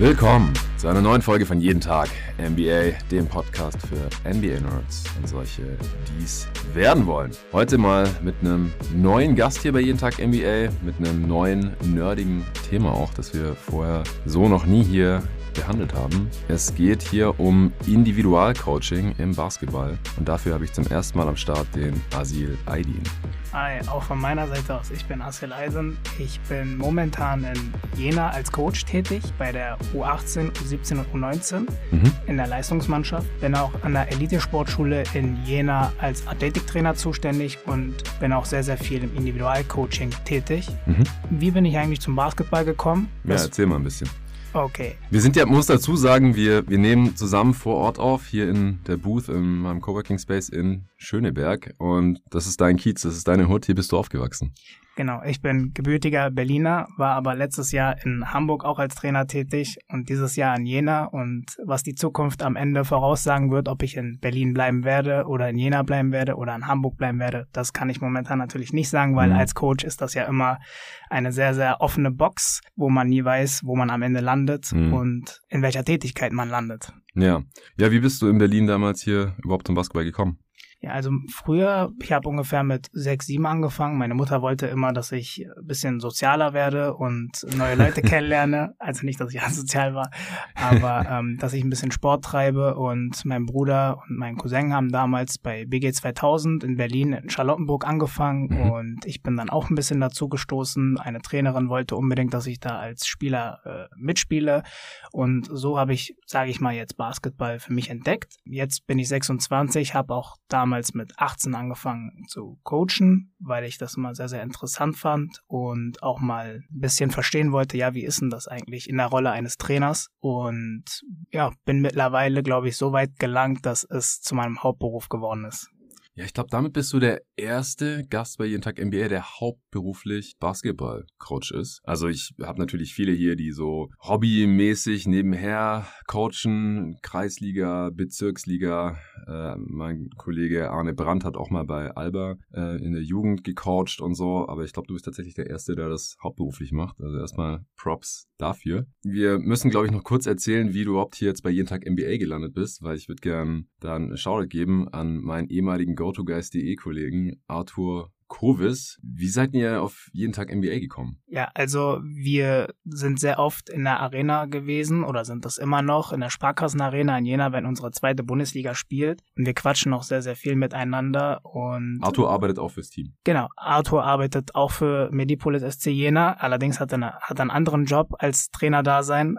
Willkommen zu einer neuen Folge von Jeden Tag NBA, dem Podcast für NBA-Nerds und solche, die es werden wollen. Heute mal mit einem neuen Gast hier bei Jeden Tag NBA, mit einem neuen, nerdigen Thema auch, das wir vorher so noch nie hier behandelt haben. Es geht hier um Individualcoaching im Basketball und dafür habe ich zum ersten Mal am Start den Asil Aydin. Hi, auch von meiner Seite aus. Ich bin Asil Aydin. Ich bin momentan in Jena als Coach tätig, bei der U18, U17 und U19 in der Leistungsmannschaft. Bin auch an der Elitesportschule in Jena als Athletiktrainer zuständig und bin auch sehr, sehr viel im Individualcoaching tätig. Wie bin ich eigentlich zum Basketball gekommen? Ja, erzähl mal ein bisschen. Okay. Wir sind ja, muss dazu sagen, wir nehmen zusammen vor Ort auf, hier in der Booth, in meinem Coworking Space in Schöneberg. Und das ist dein Kiez, das ist deine Hut, hier bist du aufgewachsen. Genau, ich bin gebürtiger Berliner, war aber letztes Jahr in Hamburg auch als Trainer tätig und dieses Jahr in Jena. Und was die Zukunft am Ende voraussagen wird, ob ich in Berlin bleiben werde oder in Jena bleiben werde oder in Hamburg bleiben werde, das kann ich momentan natürlich nicht sagen, weil als Coach ist das ja immer eine sehr, sehr offene Box, wo man nie weiß, wo man am Ende landet und in welcher Tätigkeit man landet. Ja, wie bist du in Berlin damals hier überhaupt zum Basketball gekommen? Ja, also früher, ich habe ungefähr mit 6, 7 angefangen. Meine Mutter wollte immer, dass ich ein bisschen sozialer werde und neue Leute kennenlerne. Also nicht, dass ich asozial war, aber dass ich ein bisschen Sport treibe. Und mein Bruder und mein Cousin haben damals bei BG 2000 in Berlin in Charlottenburg angefangen und ich bin dann auch ein bisschen dazu gestoßen. Eine Trainerin wollte unbedingt, dass ich da als Spieler mitspiele und so habe ich, sage ich mal, jetzt Basketball für mich entdeckt. Jetzt bin ich 26, habe auch damals mit 18 angefangen zu coachen, weil ich das immer sehr, sehr interessant fand und auch mal ein bisschen verstehen wollte, ja, wie ist denn das eigentlich in der Rolle eines Trainers? Und ja, bin mittlerweile, glaube ich, so weit gelangt, dass es zu meinem Hauptberuf geworden ist. Ja, ich glaube, damit bist du der erste Gast bei Jeden Tag NBA, der hauptberuflich Basketball-Coach ist. Also ich habe natürlich viele hier, die so hobbymäßig nebenher coachen, Kreisliga, Bezirksliga. Mein Kollege Arne Brandt hat auch mal bei Alba in der Jugend gecoacht und so. Aber ich glaube, du bist tatsächlich der Erste, der das hauptberuflich macht. Also erstmal Props dafür. Wir müssen, glaube ich, noch kurz erzählen, wie du überhaupt hier jetzt bei Jeden Tag NBA gelandet bist, weil ich würde gern da einen Shoutout geben an meinen ehemaligen GoToGuys.de-Kollegen Arthur Kovis. Wie seid ihr auf Jeden Tag NBA gekommen? Ja, also wir sind sehr oft in der Arena gewesen oder sind das immer noch in der Sparkassenarena in Jena, wenn unsere zweite Bundesliga spielt. Und wir quatschen noch sehr, sehr viel miteinander. Und Arthur arbeitet auch fürs Team. Genau, Arthur arbeitet auch für Medipolis SC Jena. Allerdings hat er einen anderen Job als Trainerdasein.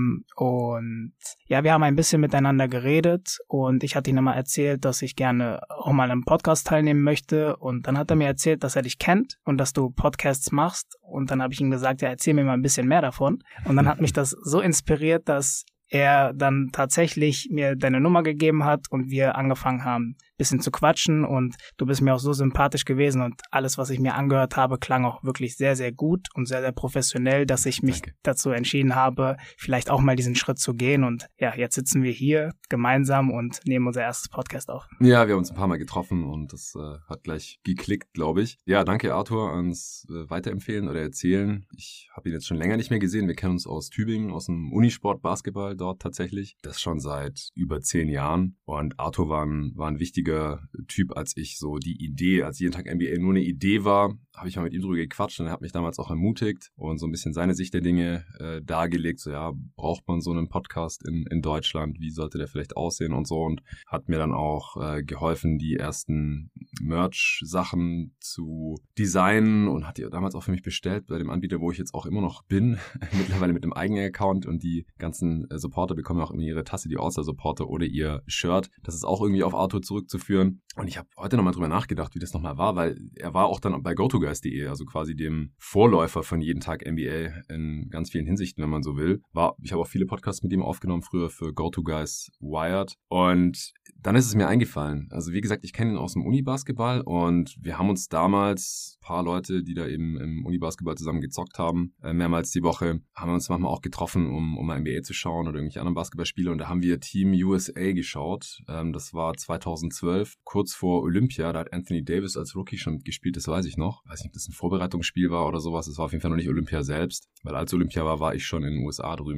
Und ja, wir haben ein bisschen miteinander geredet und ich hatte ihm immer erzählt, dass ich gerne auch mal im Podcast teilnehmen möchte. Und dann hat er mir erzählt, dass er dich kennt und dass du Podcasts machst. Und dann habe ich ihm gesagt, ja, erzähl mir mal ein bisschen mehr davon. Und dann hat mich das so inspiriert, dass er dann tatsächlich mir deine Nummer gegeben hat und wir angefangen haben, ein bisschen zu quatschen und du bist mir auch so sympathisch gewesen und alles, was ich mir angehört habe, klang auch wirklich sehr, sehr gut und sehr, sehr professionell, dass ich mich dazu entschieden habe, vielleicht auch mal diesen Schritt zu gehen und ja, jetzt sitzen wir hier gemeinsam und nehmen unser erstes Podcast auf. Ja, wir haben uns ein paar Mal getroffen und das hat gleich geklickt, glaube ich. Ja, danke Arthur ans Weiterempfehlen oder Erzählen. Ich habe ihn jetzt schon länger nicht mehr gesehen. Wir kennen uns aus Tübingen, aus dem Unisport Basketball dort tatsächlich. Das schon seit über 10 Jahren. Und Arthur war ein wichtiger Typ, als ich so die Idee, als Jeden Tag NBA nur eine Idee war, habe ich mal mit ihm drüber gequatscht und er hat mich damals auch ermutigt und so ein bisschen seine Sicht der Dinge dargelegt. So, ja, braucht man so einen Podcast in Deutschland? Wie sollte der vielleicht aussehen und so? Und hat mir dann auch geholfen, die ersten Merch-Sachen zu designen und hat die damals auch für mich bestellt bei dem Anbieter, wo ich jetzt auch immer noch bin, mittlerweile mit einem eigenen Account und die ganzen Supporter bekommen auch immer ihre Tasse, die All-Star-Supporter oder ihr Shirt. Das ist auch irgendwie auf Arthur zurückzuführen. Und ich habe heute nochmal drüber nachgedacht, wie das nochmal war, weil er war auch dann bei GoToGuys.de, also quasi dem Vorläufer von Jeden Tag NBA in ganz vielen Hinsichten, wenn man so will. Ich habe auch viele Podcasts mit ihm aufgenommen, früher für GoToGuys Wired. Und dann ist es mir eingefallen. Also wie gesagt, ich kenne ihn aus dem Uni-Basketball und wir haben uns damals, ein paar Leute, die da eben im Uni-Basketball zusammen gezockt haben, mehrmals die Woche, haben wir uns manchmal auch getroffen, um mal NBA zu schauen oder irgendwelche anderen Basketballspiele. Und da haben wir Team USA geschaut. Das war 2012, kurz vor Olympia. Da hat Anthony Davis als Rookie schon gespielt, das weiß ich noch. Ich weiß nicht, ob das ein Vorbereitungsspiel war oder sowas. Das war auf jeden Fall noch nicht Olympia selbst. Weil als Olympia war ich schon in den USA drüben.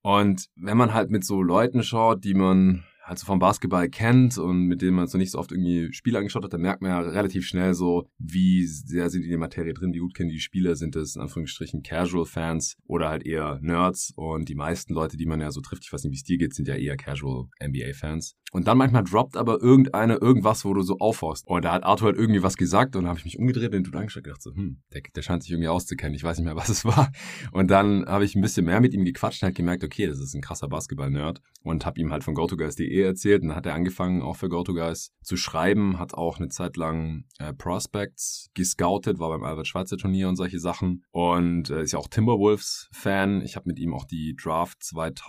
Und wenn man halt mit so Leuten schaut, die man halt so vom Basketball kennt und mit denen man so nicht so oft irgendwie Spiele angeschaut hat, dann merkt man ja relativ schnell so, wie sehr sind die in der Materie drin, wie gut kennen die Spieler, sind es in Anführungsstrichen Casual-Fans oder halt eher Nerds, und die meisten Leute, die man ja so trifft, ich weiß nicht, wie es dir geht, sind ja eher Casual-NBA-Fans. Und dann manchmal droppt aber irgendeiner irgendwas, wo du so aufhorchst. Und da hat Arthur halt irgendwie was gesagt und dann habe ich mich umgedreht und den Dude angeschaut und gedacht so, der scheint sich irgendwie auszukennen, ich weiß nicht mehr, was es war. Und dann habe ich ein bisschen mehr mit ihm gequatscht und halt gemerkt, okay, das ist ein krasser Basketball-Nerd, und habe ihm halt von GoToGuys.de erzählt, und dann hat er angefangen, auch für GoToGuys zu schreiben, hat auch eine Zeit lang Prospects gescoutet, war beim Albert-Schweitzer-Turnier und solche Sachen, und ist ja auch Timberwolves-Fan. Ich habe mit ihm auch die Draft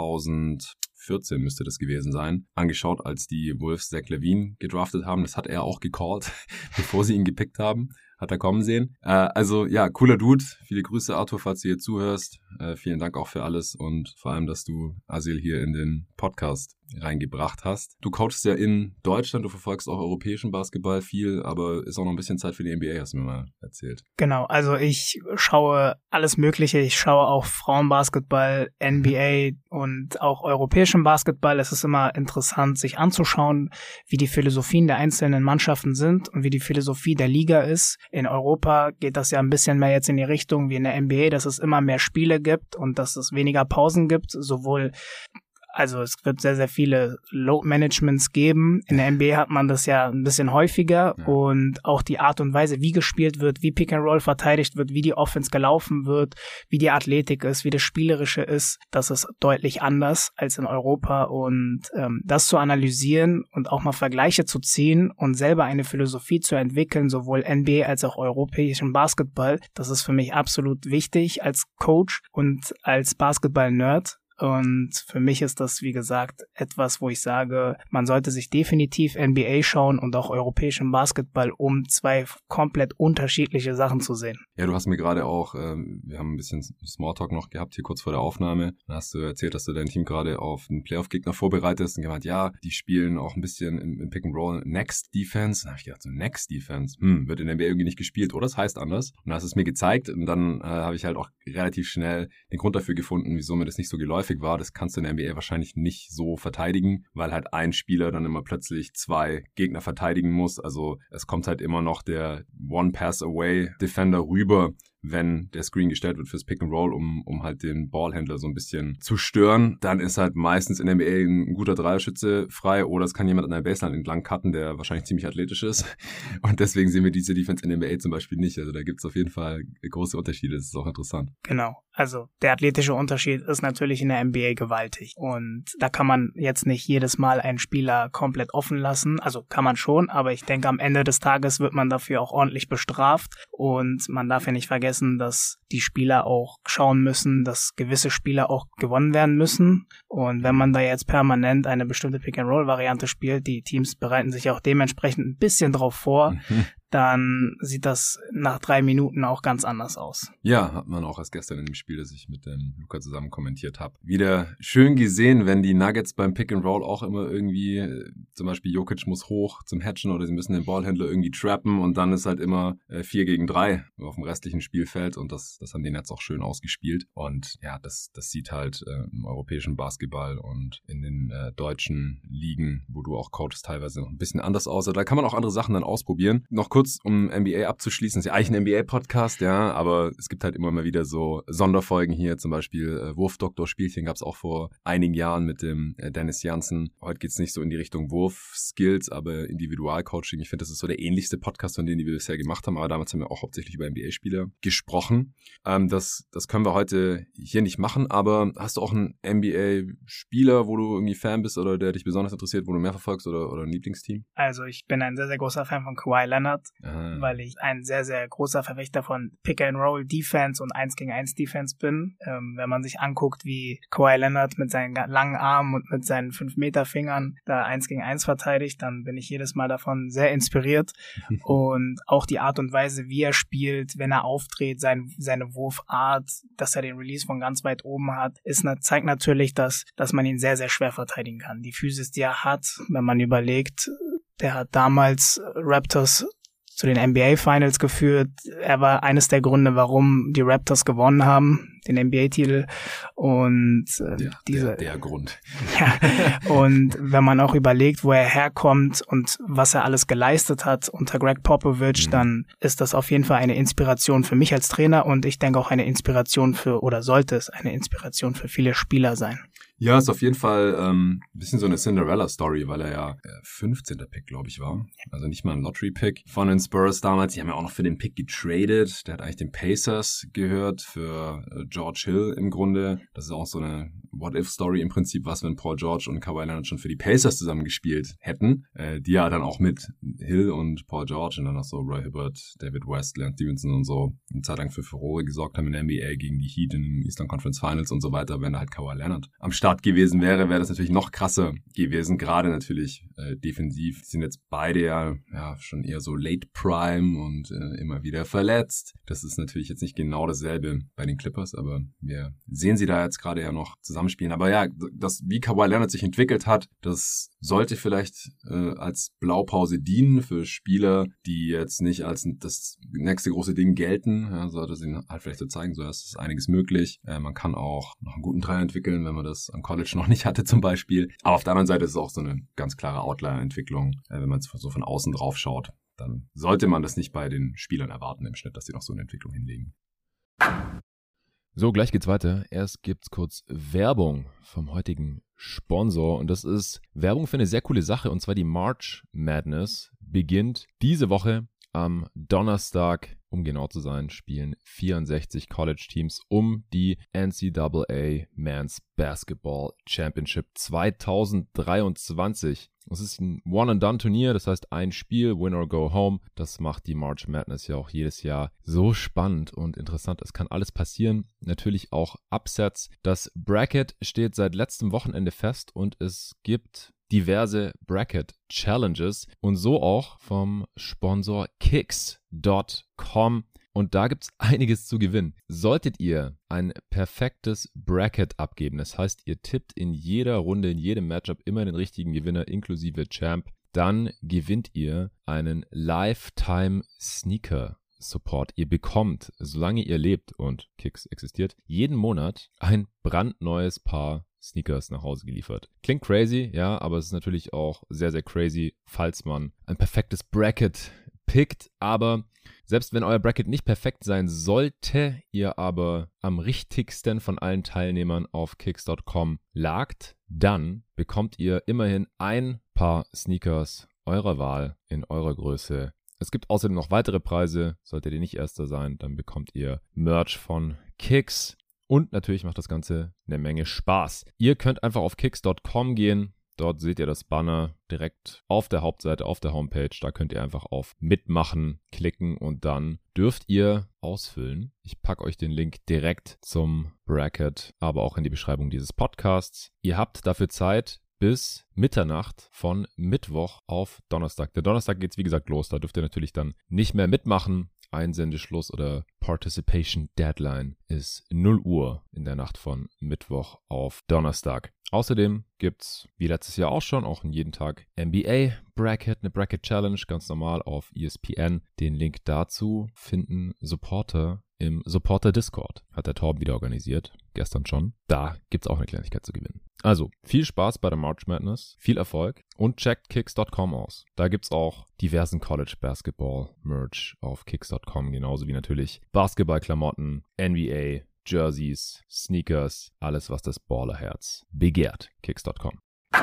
2014 müsste das gewesen sein, angeschaut, als die Wolves Zach LaVine gedraftet haben. Das hat er auch gecallt, bevor sie ihn gepickt haben. Hat er kommen sehen. Also ja, cooler Dude. Viele Grüße, Arthur, falls du hier zuhörst. Vielen Dank auch für alles und vor allem, dass du Asil hier in den Podcast reingebracht hast. Du coachst ja in Deutschland, du verfolgst auch europäischen Basketball viel, aber ist auch noch ein bisschen Zeit für die NBA, hast du mir mal erzählt. Genau, also ich schaue alles Mögliche. Ich schaue auch Frauenbasketball, NBA und auch europäischen Basketball. Es ist immer interessant, sich anzuschauen, wie die Philosophien der einzelnen Mannschaften sind und wie die Philosophie der Liga ist. In Europa geht das ja ein bisschen mehr jetzt in die Richtung wie in der NBA, dass es immer mehr Spiele gibt und dass es weniger Pausen gibt, also es wird sehr, sehr viele Load-Managements geben. In der NBA hat man das ja ein bisschen häufiger, ja. Und auch die Art und Weise, wie gespielt wird, wie Pick-and-Roll verteidigt wird, wie die Offense gelaufen wird, wie die Athletik ist, wie das Spielerische ist, das ist deutlich anders als in Europa. Und das zu analysieren und auch mal Vergleiche zu ziehen und selber eine Philosophie zu entwickeln, sowohl NBA als auch europäischen Basketball, das ist für mich absolut wichtig als Coach und als Basketball-Nerd. Und für mich ist das, wie gesagt, etwas, wo ich sage, man sollte sich definitiv NBA schauen und auch europäischen Basketball, um zwei komplett unterschiedliche Sachen zu sehen. Ja, du hast mir gerade auch, wir haben ein bisschen Smalltalk noch gehabt hier kurz vor der Aufnahme. Dann hast du erzählt, dass du dein Team gerade auf einen Playoff-Gegner vorbereitest und gemeint, ja, die spielen auch ein bisschen im Pick-and-Roll Next Defense. Dann habe ich gedacht, so Next Defense, wird in der NBA irgendwie nicht gespielt, oder? Das heißt anders. Und dann hast du es mir gezeigt und dann habe ich halt auch relativ schnell den Grund dafür gefunden, wieso mir das nicht so geläufig war. Das kannst du in der NBA wahrscheinlich nicht so verteidigen, weil halt ein Spieler dann immer plötzlich zwei Gegner verteidigen muss. Also es kommt halt immer noch der One-Pass-Away-Defender rüber, wenn der Screen gestellt wird fürs Pick-and-Roll, um halt den Ballhändler so ein bisschen zu stören. Dann ist halt meistens in der NBA ein guter Dreierschütze frei oder es kann jemand an der Baseline entlang cutten, der wahrscheinlich ziemlich athletisch ist. Und deswegen sehen wir diese Defense in der NBA zum Beispiel nicht. Also da gibt es auf jeden Fall große Unterschiede. Das ist auch interessant. Genau. Also der athletische Unterschied ist natürlich in der NBA gewaltig. Und da kann man jetzt nicht jedes Mal einen Spieler komplett offen lassen. Also kann man schon, aber ich denke, am Ende des Tages wird man dafür auch ordentlich bestraft. Und man darf ja nicht vergessen, dass die Spieler auch schauen müssen, dass gewisse Spieler auch gewonnen werden müssen. Und wenn man da jetzt permanent eine bestimmte Pick-and-Roll-Variante spielt, die Teams bereiten sich auch dementsprechend ein bisschen drauf vor, dann sieht das nach 3 Minuten auch ganz anders aus. Ja, hat man auch erst gestern in dem Spiel, das ich mit dem Luca zusammen kommentiert habe. Wieder schön gesehen, wenn die Nuggets beim Pick-and-Roll auch immer irgendwie, zum Beispiel Jokic muss hoch zum Hatchen oder sie müssen den Ballhändler irgendwie trappen und dann ist halt immer 4 gegen 3 auf dem restlichen Spielfeld und das haben die Nets auch schön ausgespielt. Und ja, das sieht halt im europäischen Basketball und in den deutschen Ligen, wo du auch coachst, teilweise noch ein bisschen anders aus. Da kann man auch andere Sachen dann ausprobieren. Noch kurz, um NBA abzuschließen, das ist ja eigentlich ein NBA-Podcast, ja, aber es gibt halt immer mal wieder so Sonderfolgen hier, zum Beispiel Wurfdoktor-Spielchen gab es auch vor einigen Jahren mit dem Dennis Janssen. Heute geht es nicht so in die Richtung Wurf-Skills, aber Individualcoaching. Ich finde, das ist so der ähnlichste Podcast von denen, die wir bisher gemacht haben, aber damals haben wir auch hauptsächlich über NBA-Spieler gesprochen. Das können wir heute hier nicht machen, aber hast du auch einen NBA-Spieler, wo du irgendwie Fan bist oder der dich besonders interessiert, wo du mehr verfolgst oder ein Lieblingsteam? Also ich bin ein sehr, sehr großer Fan von Kawhi Leonard. Weil ich ein sehr, sehr großer Verfechter von Pick-and-Roll-Defense und 1-gegen-1-Defense bin. Wenn man sich anguckt, wie Kawhi Leonard mit seinen langen Armen und mit seinen 5-Meter-Fingern da 1-gegen-1 verteidigt, dann bin ich jedes Mal davon sehr inspiriert. Und auch die Art und Weise, wie er spielt, wenn er auftritt, seine Wurfart, dass er den Release von ganz weit oben hat, zeigt natürlich, dass man ihn sehr, sehr schwer verteidigen kann. Die Physis, die er hat, wenn man überlegt, der hat damals Raptors zu den NBA Finals geführt. Er war eines der Gründe, warum die Raptors gewonnen haben, den NBA-Titel. Und der Grund. Ja, und wenn man auch überlegt, wo er herkommt und was er alles geleistet hat unter Greg Popovich, dann ist das auf jeden Fall eine Inspiration für mich als Trainer und ich denke auch eine Inspiration sollte es eine Inspiration für viele Spieler sein. Ja, ist auf jeden Fall ein bisschen so eine Cinderella-Story, weil er ja 15. Pick, glaube ich, war. Also nicht mal ein Lottery-Pick von den Spurs damals. Die haben ja auch noch für den Pick getradet. Der hat eigentlich den Pacers gehört für George Hill im Grunde. Das ist auch so eine What-If-Story im Prinzip, was wenn Paul George und Kawhi Leonard schon für die Pacers zusammengespielt hätten. Die ja dann auch mit Hill und Paul George und dann noch so Roy Hibbert, David West, Lance Stevenson und so eine Zeit lang für Furore gesorgt haben in der NBA gegen die Heat in den Eastern Conference Finals und so weiter. Wenn da halt Kawhi Leonard am Start gewesen wäre das natürlich noch krasser gewesen, gerade natürlich defensiv. Die sind jetzt beide ja schon eher so Late Prime und immer wieder verletzt. Das ist natürlich jetzt nicht genau dasselbe bei den Clippers, aber wir sehen sie da jetzt gerade ja noch zusammenspielen. Aber ja, das, wie Kawhi Leonard sich entwickelt hat, das sollte vielleicht als Blaupause dienen für Spieler, die jetzt nicht als das nächste große Ding gelten. Ja, sollte es ihnen halt vielleicht so zeigen, so ist einiges möglich. Man kann auch noch einen guten Dreier entwickeln, wenn man das am College noch nicht hatte zum Beispiel. Aber auf der anderen Seite ist es auch so eine ganz klare Outlier-Entwicklung. Wenn man so von außen drauf schaut, dann sollte man das nicht bei den Spielern erwarten im Schnitt, dass sie noch so eine Entwicklung hinlegen. So, gleich geht's weiter. Erst gibt's kurz Werbung vom heutigen Sponsor und das ist Werbung für eine sehr coole Sache und zwar die March Madness beginnt diese Woche am Donnerstag, um genau zu sein, spielen 64 College-Teams um die NCAA Men's Basketball Championship 2023. Es ist ein One-and-Done-Turnier, das heißt ein Spiel, win or go home. Das macht die March Madness ja auch jedes Jahr so spannend und interessant. Es kann alles passieren, natürlich auch Upsets. Das Bracket steht seit letztem Wochenende fest und es gibt diverse Bracket-Challenges und so auch vom Sponsor Kicks.com. Und da gibt's einiges zu gewinnen. Solltet ihr ein perfektes Bracket abgeben, das heißt, ihr tippt in jeder Runde, in jedem Matchup immer den richtigen Gewinner inklusive Champ, dann gewinnt ihr einen Lifetime Sneaker Support. Ihr bekommt, solange ihr lebt und Kicks existiert, jeden Monat ein brandneues Paar Sneakers nach Hause geliefert. Klingt crazy, ja, aber es ist natürlich auch sehr, sehr crazy, falls man ein perfektes Bracket pickt. Aber selbst wenn euer Bracket nicht perfekt sein sollte, ihr aber am richtigsten von allen Teilnehmern auf Kicks.com lagt, dann bekommt ihr immerhin ein Paar Sneakers eurer Wahl in eurer Größe. Es gibt außerdem noch weitere Preise. Solltet ihr nicht Erster sein, dann bekommt ihr Merch von Kicks. Und natürlich macht das Ganze eine Menge Spaß. Ihr könnt einfach auf kicks.com gehen. Dort seht ihr das Banner direkt auf der Hauptseite, auf der Homepage. Da könnt ihr einfach auf Mitmachen klicken und dann dürft ihr ausfüllen. Ich packe euch den Link direkt zum Bracket, aber auch in die Beschreibung dieses Podcasts. Ihr habt dafür Zeit bis Mitternacht von Mittwoch auf Donnerstag. Der Donnerstag geht's wie gesagt los. Da dürft ihr natürlich dann nicht mehr mitmachen. Einsendeschluss oder Participation Deadline ist 0 Uhr in der Nacht von Mittwoch auf Donnerstag. Außerdem gibt's, wie letztes Jahr auch schon, auch jeden Tag NBA Bracket, eine Bracket Challenge, ganz normal auf ESPN. Den Link dazu finden Supporter im Supporter Discord. Hat der Torben wieder organisiert, gestern schon. Da gibt's auch eine Kleinigkeit zu gewinnen. Also, viel Spaß bei der March Madness, viel Erfolg und checkt Kicks.com aus. Da gibt's auch diversen College Basketball Merch auf Kicks.com, genauso wie natürlich Basketballklamotten, NBA, Jerseys, Sneakers, alles was das Ballerherz begehrt. Kicks.com.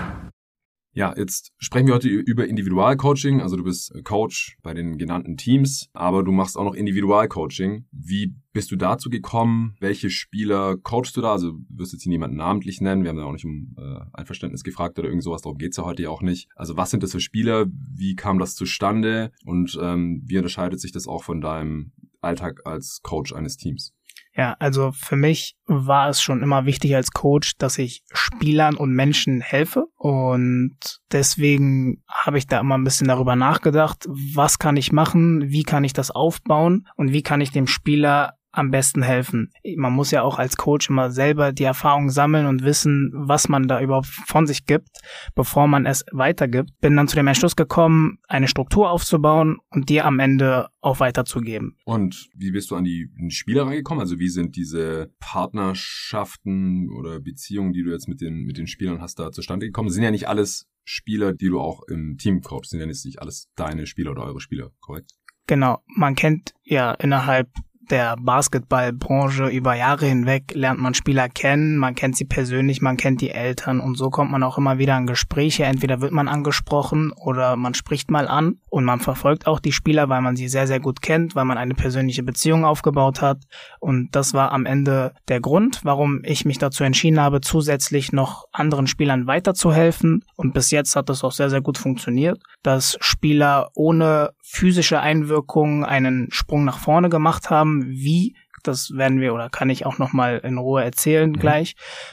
Ja, jetzt sprechen wir heute über Individualcoaching. Also du bist Coach bei den genannten Teams, aber du machst auch noch Individualcoaching. Wie bist du dazu gekommen? Welche Spieler coachst du da? Also du wirst jetzt hier niemanden namentlich nennen. Wir haben da auch nicht um Einverständnis gefragt oder irgend sowas. Darum geht's ja heute ja auch nicht. Also was sind das für Spieler? Wie kam das zustande? Und wie unterscheidet sich das auch von deinem Alltag als Coach eines Teams? Ja, also für mich war es schon immer wichtig als Coach, dass ich Spielern und Menschen helfe und deswegen habe ich da immer ein bisschen darüber nachgedacht, was kann ich machen, wie kann ich das aufbauen und wie kann ich dem Spieler am besten helfen. Man muss ja auch als Coach immer selber die Erfahrung sammeln und wissen, was man da überhaupt von sich gibt, bevor man es weitergibt. Bin dann zu dem Entschluss gekommen, eine Struktur aufzubauen und die am Ende auch weiterzugeben. Und wie bist du an die Spieler rangekommen? Also wie sind diese Partnerschaften oder Beziehungen, die du jetzt mit den Spielern hast, da zustande gekommen? Das sind ja nicht alles Spieler, die du auch im Team coachst, sind ja nicht alles deine Spieler oder eure Spieler, korrekt? Genau, man kennt ja innerhalb der Basketballbranche über Jahre hinweg, lernt man Spieler kennen, man kennt sie persönlich, man kennt die Eltern und so kommt man auch immer wieder an Gespräche. Entweder wird man angesprochen oder man spricht mal an und man verfolgt auch die Spieler, weil man sie sehr, sehr gut kennt, weil man eine persönliche Beziehung aufgebaut hat und das war am Ende der Grund, warum ich mich dazu entschieden habe, zusätzlich noch anderen Spielern weiterzuhelfen und bis jetzt hat das auch sehr, sehr gut funktioniert, dass Spieler ohne physische Einwirkung einen Sprung nach vorne gemacht haben. Wie, das werden wir oder kann ich auch nochmal in Ruhe erzählen gleich.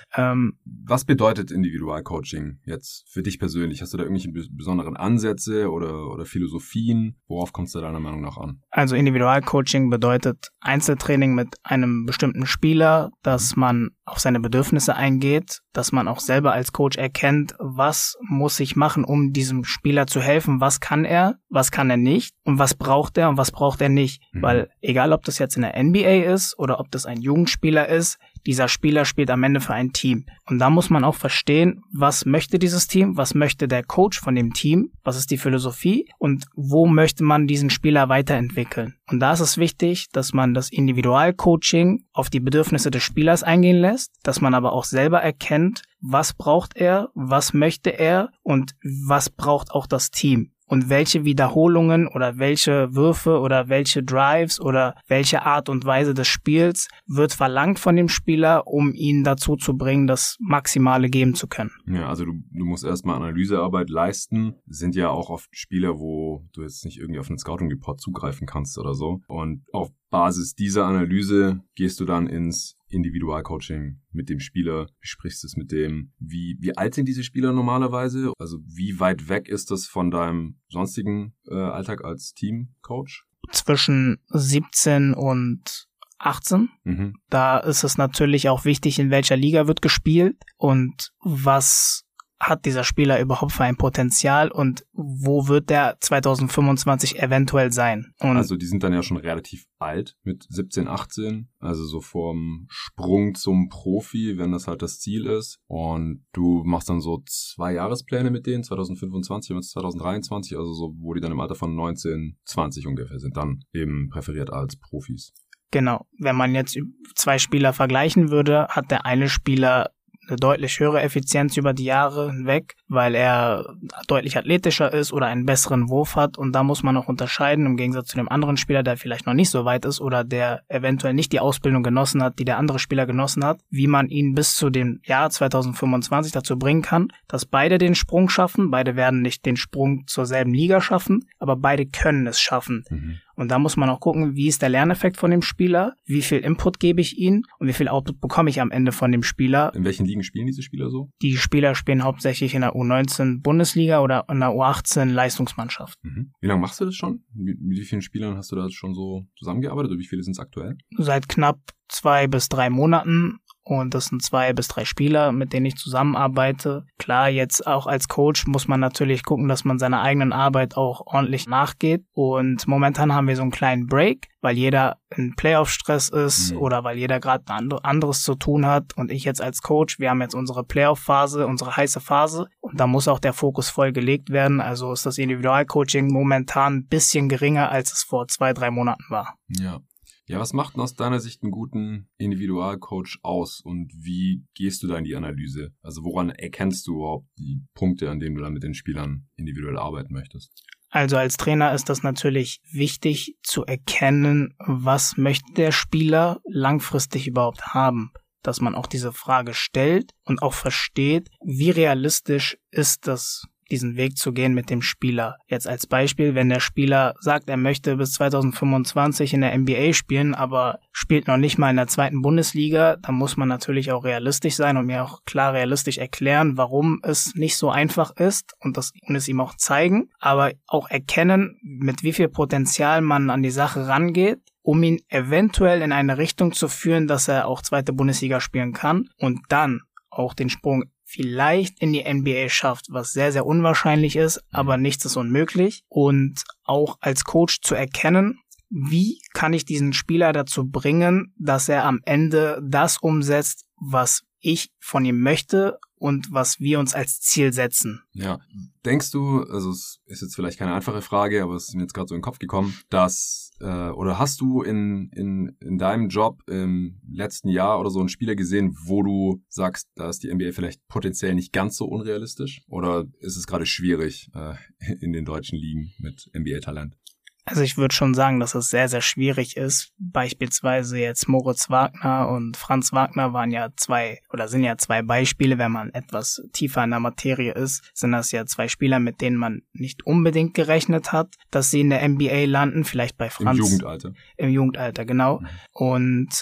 Was bedeutet Individualcoaching jetzt für dich persönlich? Hast du da irgendwelche besonderen Ansätze oder Philosophien? Worauf kommt es da deiner Meinung nach an? Also Individualcoaching bedeutet Einzeltraining mit einem bestimmten Spieler, dass man auf seine Bedürfnisse eingeht, dass man auch selber als Coach erkennt, was muss ich machen, um diesem Spieler zu helfen, was kann er nicht und was braucht er und was braucht er nicht. Weil egal, ob das jetzt in der NBA ist oder ob das ein Jugendspieler ist, dieser Spieler spielt am Ende für ein Team. Und da muss man auch verstehen, was möchte dieses Team, was möchte der Coach von dem Team, was ist die Philosophie und wo möchte man diesen Spieler weiterentwickeln. Und da ist es wichtig, dass man das Individualcoaching auf die Bedürfnisse des Spielers eingehen lässt, dass man aber auch selber erkennt, was braucht er, was möchte er und was braucht auch das Team. Und welche Wiederholungen oder welche Würfe oder welche Drives oder welche Art und Weise des Spiels wird verlangt von dem Spieler, um ihn dazu zu bringen, das Maximale geben zu können. Ja, also du musst erstmal Analysearbeit leisten. Das sind ja auch oft Spieler, wo du jetzt nicht irgendwie auf einen Scouting-Report zugreifen kannst oder so. Und auf Basis dieser Analyse gehst du dann ins Individualcoaching mit dem Spieler, besprichst es mit dem, wie alt sind diese Spieler normalerweise? Also wie weit weg ist das von deinem sonstigen Alltag als Teamcoach? Zwischen 17 und 18. Da ist es natürlich auch wichtig, in welcher Liga wird gespielt und was hat dieser Spieler überhaupt für ein Potenzial und wo wird der 2025 eventuell sein? Und also die sind dann ja schon relativ alt mit 17, 18, also so vorm Sprung zum Profi, wenn das halt das Ziel ist. Und du machst dann so 2 Jahrespläne mit denen, 2025 und 2023, also so, wo die dann im Alter von 19, 20 ungefähr sind, dann eben präferiert als Profis. Genau, wenn man jetzt 2 Spieler vergleichen würde, hat der eine Spieler eine deutlich höhere Effizienz über die Jahre hinweg, weil er deutlich athletischer ist oder einen besseren Wurf hat und da muss man auch unterscheiden, im Gegensatz zu dem anderen Spieler, der vielleicht noch nicht so weit ist oder der eventuell nicht die Ausbildung genossen hat, die der andere Spieler genossen hat, wie man ihn bis zu dem Jahr 2025 dazu bringen kann, dass beide den Sprung schaffen, beide werden nicht den Sprung zur selben Liga schaffen, aber beide können es schaffen. Und da muss man auch gucken, wie ist der Lerneffekt von dem Spieler, wie viel Input gebe ich ihm und wie viel Output bekomme ich am Ende von dem Spieler. In welchen Ligen spielen diese Spieler so? Die Spieler spielen hauptsächlich in der U19 Bundesliga oder in der U18 Leistungsmannschaft. Wie lange machst du das schon? Mit wie vielen Spielern hast du da schon so zusammengearbeitet oder wie viele sind es aktuell? Seit knapp 2 bis 3 Monaten. Und das sind 2 bis 3 Spieler, mit denen ich zusammenarbeite. Klar, jetzt auch als Coach muss man natürlich gucken, dass man seiner eigenen Arbeit auch ordentlich nachgeht. Und momentan haben wir so einen kleinen Break, weil jeder in Playoff-Stress ist oder weil jeder gerade anderes zu tun hat. Und ich jetzt als Coach, wir haben jetzt unsere Playoff-Phase, unsere heiße Phase. Und da muss auch der Fokus voll gelegt werden. Also ist das Individualcoaching momentan ein bisschen geringer, als es vor 2, 3 Monaten war. Ja, was macht denn aus deiner Sicht einen guten Individualcoach aus und wie gehst du da in die Analyse? Also woran erkennst du überhaupt die Punkte, an denen du dann mit den Spielern individuell arbeiten möchtest? Also als Trainer ist das natürlich wichtig zu erkennen, was möchte der Spieler langfristig überhaupt haben. Dass man auch diese Frage stellt und auch versteht, wie realistisch ist das diesen Weg zu gehen mit dem Spieler. Jetzt als Beispiel, wenn der Spieler sagt, er möchte bis 2025 in der NBA spielen, aber spielt noch nicht mal in der 2. Bundesliga, dann muss man natürlich auch realistisch sein und mir auch klar realistisch erklären, warum es nicht so einfach ist und es ihm auch zeigen, aber auch erkennen, mit wie viel Potenzial man an die Sache rangeht, um ihn eventuell in eine Richtung zu führen, dass er auch 2. Bundesliga spielen kann und dann auch den Sprung vielleicht in die NBA schafft, was sehr, sehr unwahrscheinlich ist, aber nichts ist unmöglich. Und auch als Coach zu erkennen, wie kann ich diesen Spieler dazu bringen, dass er am Ende das umsetzt, was ich von ihm möchte und was wir uns als Ziel setzen. Ja, denkst du, also es ist jetzt vielleicht keine einfache Frage, aber es ist mir jetzt gerade so in den Kopf gekommen, dass, oder hast du in deinem Job im letzten Jahr oder so einen Spieler gesehen, wo du sagst, da ist die NBA vielleicht potenziell nicht ganz so unrealistisch? Oder ist es gerade schwierig in den deutschen Ligen mit NBA-Talent? Also ich würde schon sagen, dass es sehr, sehr schwierig ist. Beispielsweise jetzt Moritz Wagner und Franz Wagner sind ja zwei Beispiele. Wenn man etwas tiefer in der Materie ist, sind das ja 2 Spieler, mit denen man nicht unbedingt gerechnet hat, dass sie in der NBA landen. Vielleicht bei Franz. Im Jugendalter. Im Jugendalter, genau. Und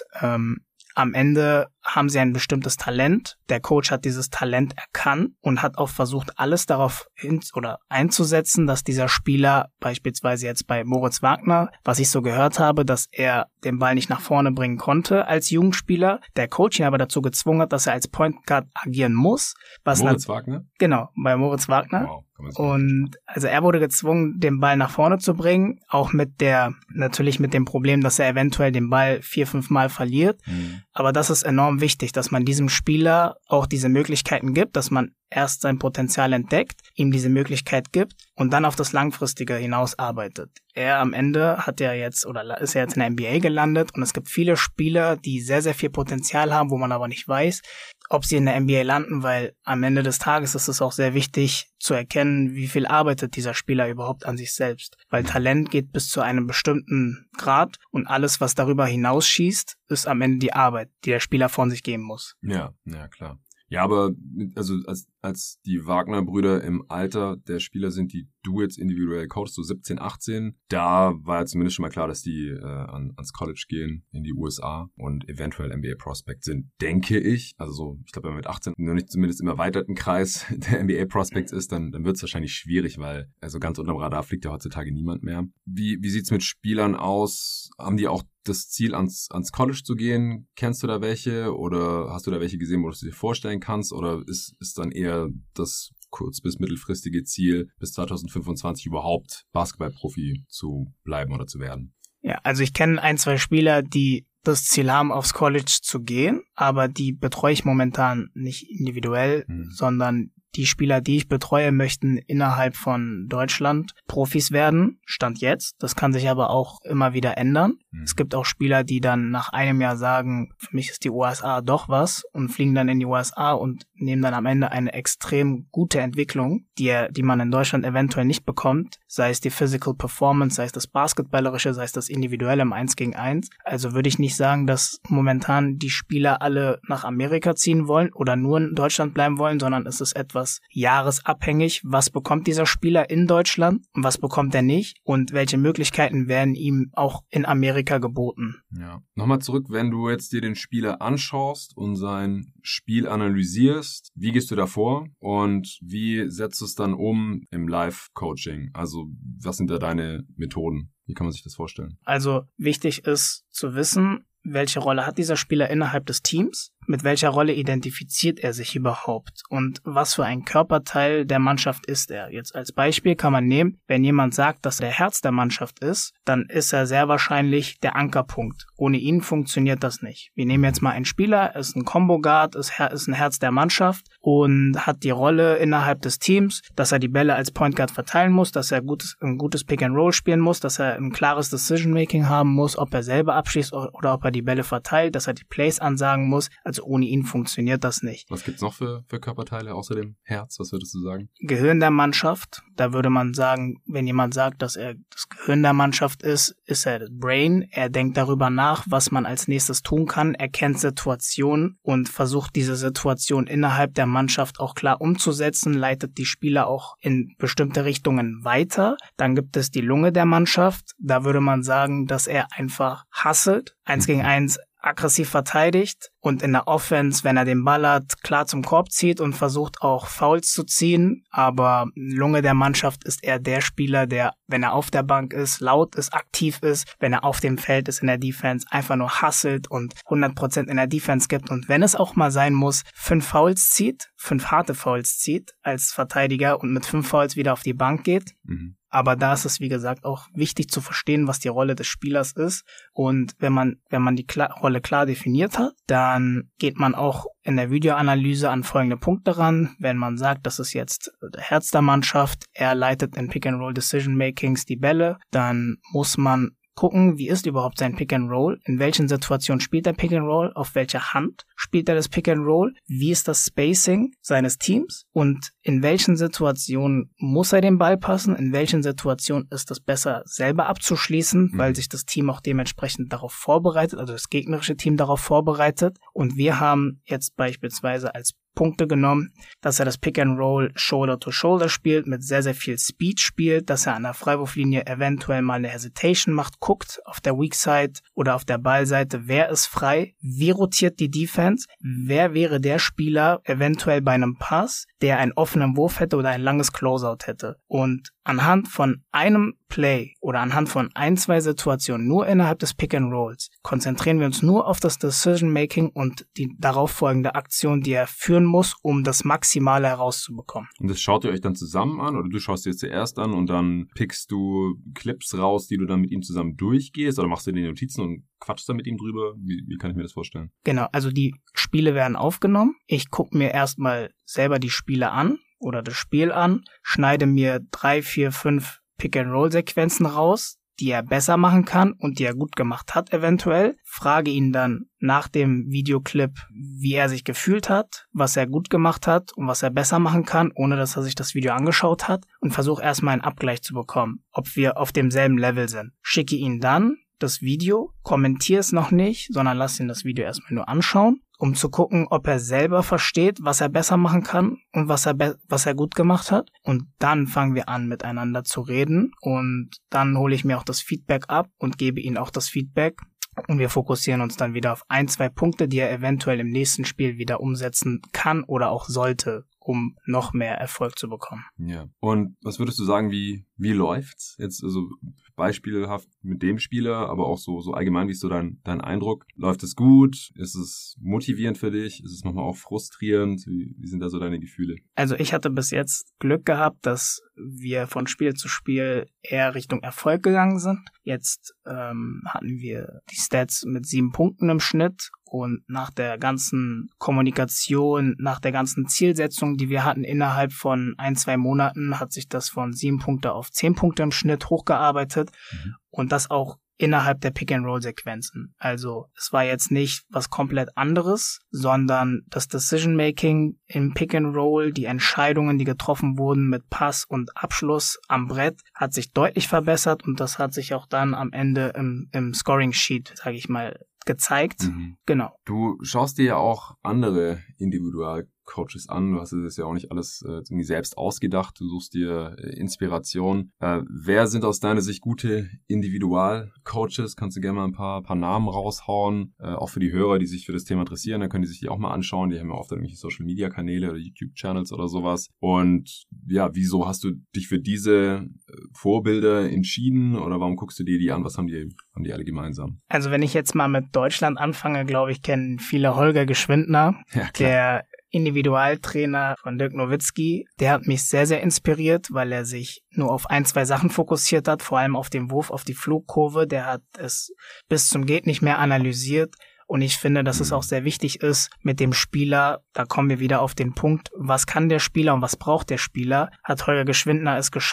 am Ende haben sie ein bestimmtes Talent. Der Coach hat dieses Talent erkannt und hat auch versucht, alles darauf einzusetzen, dass dieser Spieler, beispielsweise jetzt bei Moritz Wagner, was ich so gehört habe, dass er den Ball nicht nach vorne bringen konnte als Jugendspieler. Der Coach ihn aber dazu gezwungen hat, dass er als Point Guard agieren muss. Moritz Wagner? Genau, bei Moritz Wagner. Wow. Und also er wurde gezwungen, den Ball nach vorne zu bringen, auch natürlich mit dem Problem, dass er eventuell den Ball 4-5 Mal verliert. Aber das ist enorm wichtig, dass man diesem Spieler auch diese Möglichkeiten gibt, dass man erst sein Potenzial entdeckt, ihm diese Möglichkeit gibt und dann auf das Langfristige hinaus arbeitet. Er am Ende ist er jetzt in der NBA gelandet und es gibt viele Spieler, die sehr, sehr viel Potenzial haben, wo man aber nicht weiß, ob sie in der NBA landen, weil am Ende des Tages ist es auch sehr wichtig zu erkennen, wie viel arbeitet dieser Spieler überhaupt an sich selbst. Weil Talent geht bis zu einem bestimmten Grad und alles, was darüber hinausschießt, ist am Ende die Arbeit, die der Spieler von sich geben muss. Ja, klar. Ja, aber also als die Wagner-Brüder im Alter der Spieler sind, die du jetzt individuell coachst, so 17, 18, da war ja zumindest schon mal klar, dass die ans College gehen, in die USA und eventuell NBA-Prospect sind, denke ich. Also so, ich glaube, wenn man mit 18 noch nicht zumindest im erweiterten Kreis der NBA-Prospects ist, dann wird es wahrscheinlich schwierig, weil also ganz unterm Radar fliegt ja heutzutage niemand mehr. Wie sieht's mit Spielern aus? Haben die auch das Ziel, ans College zu gehen? Kennst du da welche? Oder hast du da welche gesehen, wo du es dir vorstellen kannst? Oder ist dann eher das kurz- bis mittelfristige Ziel, bis 2025 überhaupt Basketballprofi zu bleiben oder zu werden? Ja, also ich kenne 1, 2 Spieler, die das Ziel haben, aufs College zu gehen, aber die betreue ich momentan nicht individuell, sondern die Spieler, die ich betreue, möchten innerhalb von Deutschland Profis werden, Stand jetzt. Das kann sich aber auch immer wieder ändern. Es gibt auch Spieler, die dann nach einem Jahr sagen, für mich ist die USA doch was und fliegen dann in die USA und nehmen dann am Ende eine extrem gute Entwicklung, die man in Deutschland eventuell nicht bekommt, sei es die Physical Performance, sei es das Basketballerische, sei es das Individuelle im 1 gegen 1. Also würde ich nicht sagen, dass momentan die Spieler alle nach Amerika ziehen wollen oder nur in Deutschland bleiben wollen, sondern es ist etwas jahresabhängig. Was bekommt dieser Spieler in Deutschland und was bekommt er nicht und welche Möglichkeiten werden ihm auch in Amerika geboten? Ja. Nochmal zurück, wenn du jetzt dir den Spieler anschaust und sein Spiel analysierst, wie gehst du da vor und wie setzt du es dann um im Live-Coaching? Also was sind da deine Methoden? Wie kann man sich das vorstellen? Also wichtig ist zu wissen, welche Rolle hat dieser Spieler innerhalb des Teams? Mit welcher Rolle identifiziert er sich überhaupt? Und was für ein Körperteil der Mannschaft ist er? Jetzt als Beispiel kann man nehmen, wenn jemand sagt, dass er Herz der Mannschaft ist, dann ist er sehr wahrscheinlich der Ankerpunkt. Ohne ihn funktioniert das nicht. Wir nehmen jetzt mal einen Spieler, ist ein Combo Guard, ist ein Herz der Mannschaft und hat die Rolle innerhalb des Teams, dass er die Bälle als Point Guard verteilen muss, dass er ein gutes Pick and Roll spielen muss, dass er ein klares Decision Making haben muss, ob er selber abschließt oder ob er die Bälle verteilt, dass er die Plays ansagen muss. Also Also ohne ihn funktioniert das nicht. Was gibt's noch für Körperteile außer dem Herz? Was würdest du sagen? Gehirn der Mannschaft. Da würde man sagen, wenn jemand sagt, dass er das Gehirn der Mannschaft ist er das Brain. Er denkt darüber nach, was man als nächstes tun kann. Er kennt Situationen und versucht diese Situation innerhalb der Mannschaft auch klar umzusetzen, leitet die Spieler auch in bestimmte Richtungen weiter. Dann gibt es die Lunge der Mannschaft. Da würde man sagen, dass er einfach hustelt, 1 gegen 1 aggressiv verteidigt und in der Offense, wenn er den Ball hat, klar zum Korb zieht und versucht auch Fouls zu ziehen. Aber Lunge der Mannschaft ist eher der Spieler, der, wenn er auf der Bank ist, laut ist, aktiv ist, wenn er auf dem Feld ist in der Defense, einfach nur hustelt und 100% in der Defense gibt. Und wenn es auch mal sein muss, 5 Fouls zieht, 5 harte Fouls zieht als Verteidiger und mit 5 Fouls wieder auf die Bank geht. Aber da ist es, wie gesagt, auch wichtig zu verstehen, was die Rolle des Spielers ist. Und wenn man die Rolle klar definiert hat, dann geht man auch in der Videoanalyse an folgende Punkte ran. Wenn man sagt, das ist jetzt der Herz der Mannschaft, er leitet in Pick-and-Roll-Decision-Makings die Bälle, dann muss man gucken, wie ist überhaupt sein Pick-and-Roll, in welchen Situationen spielt er Pick-and-Roll, auf welcher Hand spielt er das Pick-and-Roll, wie ist das Spacing seines Teams und in welchen Situationen muss er den Ball passen, in welchen Situationen ist es besser selber abzuschließen, weil sich das Team auch dementsprechend darauf vorbereitet, also das gegnerische Team darauf vorbereitet. Und wir haben jetzt beispielsweise als Punkte genommen, dass er das Pick-and-Roll Shoulder-to-Shoulder spielt, mit sehr, sehr viel Speed spielt, dass er an der Freiwurflinie eventuell mal eine Hesitation macht, guckt auf der Weak Side oder auf der Ballseite, wer ist frei, wie rotiert die Defense, wer wäre der Spieler eventuell bei einem Pass, der einen offenen Wurf hätte oder ein langes Closeout hätte. Und anhand von einem Play oder anhand von 1-2 Situationen nur innerhalb des Pick-and-Rolls konzentrieren wir uns nur auf das Decision-Making und die darauf folgende Aktion, die er führen muss, um das Maximale herauszubekommen. Und das schaut ihr euch dann zusammen an oder du schaust dir jetzt zuerst an und dann pickst du Clips raus, die du dann mit ihm zusammen durchgehst oder machst du dir Notizen und quatschst dann mit ihm drüber? Wie kann ich mir das vorstellen? Genau, also die Spiele werden aufgenommen. Ich gucke mir erstmal selber die Spiele an oder das Spiel an, schneide mir 3, 4, 5 Pick-and-Roll-Sequenzen raus, die er besser machen kann und die er gut gemacht hat eventuell, frage ihn dann nach dem Videoclip, wie er sich gefühlt hat, was er gut gemacht hat und was er besser machen kann, ohne dass er sich das Video angeschaut hat und versuche erstmal einen Abgleich zu bekommen, ob wir auf demselben Level sind. Schicke ihn dann das Video, kommentiere es noch nicht, sondern lass ihn das Video erstmal nur anschauen, um zu gucken, ob er selber versteht, was er besser machen kann und was er gut gemacht hat. Und dann fangen wir an, miteinander zu reden und dann hole ich mir auch das Feedback ab und gebe ihm auch das Feedback. Und wir fokussieren uns dann wieder auf 1, 2 Punkte, die er eventuell im nächsten Spiel wieder umsetzen kann oder auch sollte, um noch mehr Erfolg zu bekommen. Ja. Und was würdest du sagen, wie läuft's jetzt, also beispielhaft mit dem Spieler, aber auch so allgemein, wie ist so dein Eindruck? Läuft es gut? Ist es motivierend für dich? Ist es manchmal auch frustrierend? Wie sind da so deine Gefühle? Also ich hatte bis jetzt Glück gehabt, dass wir von Spiel zu Spiel eher Richtung Erfolg gegangen sind. Jetzt hatten wir die Stats mit 7 Punkten im Schnitt. Und nach der ganzen Kommunikation, nach der ganzen Zielsetzung, die wir hatten innerhalb von 1, 2 Monaten, hat sich das von 7 Punkte auf 10 Punkte im Schnitt hochgearbeitet. Und das auch innerhalb der Pick-and-Roll-Sequenzen. Also es war jetzt nicht was komplett anderes, sondern das Decision-Making im Pick-and-Roll, die Entscheidungen, die getroffen wurden mit Pass und Abschluss am Brett, hat sich deutlich verbessert und das hat sich auch dann am Ende im Scoring-Sheet, sage ich mal, gezeigt. Genau. Du schaust dir ja auch andere Individualcoaches an. Du hast dir das ja auch nicht alles irgendwie selbst ausgedacht. Du suchst dir Inspiration. Wer sind aus deiner Sicht gute Individualcoaches? Kannst du gerne mal ein paar Namen raushauen? Auch für die Hörer, die sich für das Thema interessieren, dann können die sich die auch mal anschauen. Die haben ja oft irgendwelche Social-Media-Kanäle oder YouTube-Channels oder sowas. Und ja, wieso hast du dich für diese Vorbilder entschieden oder warum guckst du dir die an? Was haben die alle gemeinsam? Also wenn ich jetzt mal mit Deutschland anfange, glaube ich, kennen viele Holger Geschwindner, ja, der Individualtrainer von Dirk Nowitzki. Der hat mich sehr, sehr inspiriert, weil er sich nur auf 1, 2 Sachen fokussiert hat, vor allem auf den Wurf, auf die Flugkurve. Der hat es bis zum geht nicht mehr analysiert. Und ich finde, dass es auch sehr wichtig ist, mit dem Spieler, da kommen wir wieder auf den Punkt, was kann der Spieler und was braucht der Spieler, hat Holger Geschwindner es geschafft,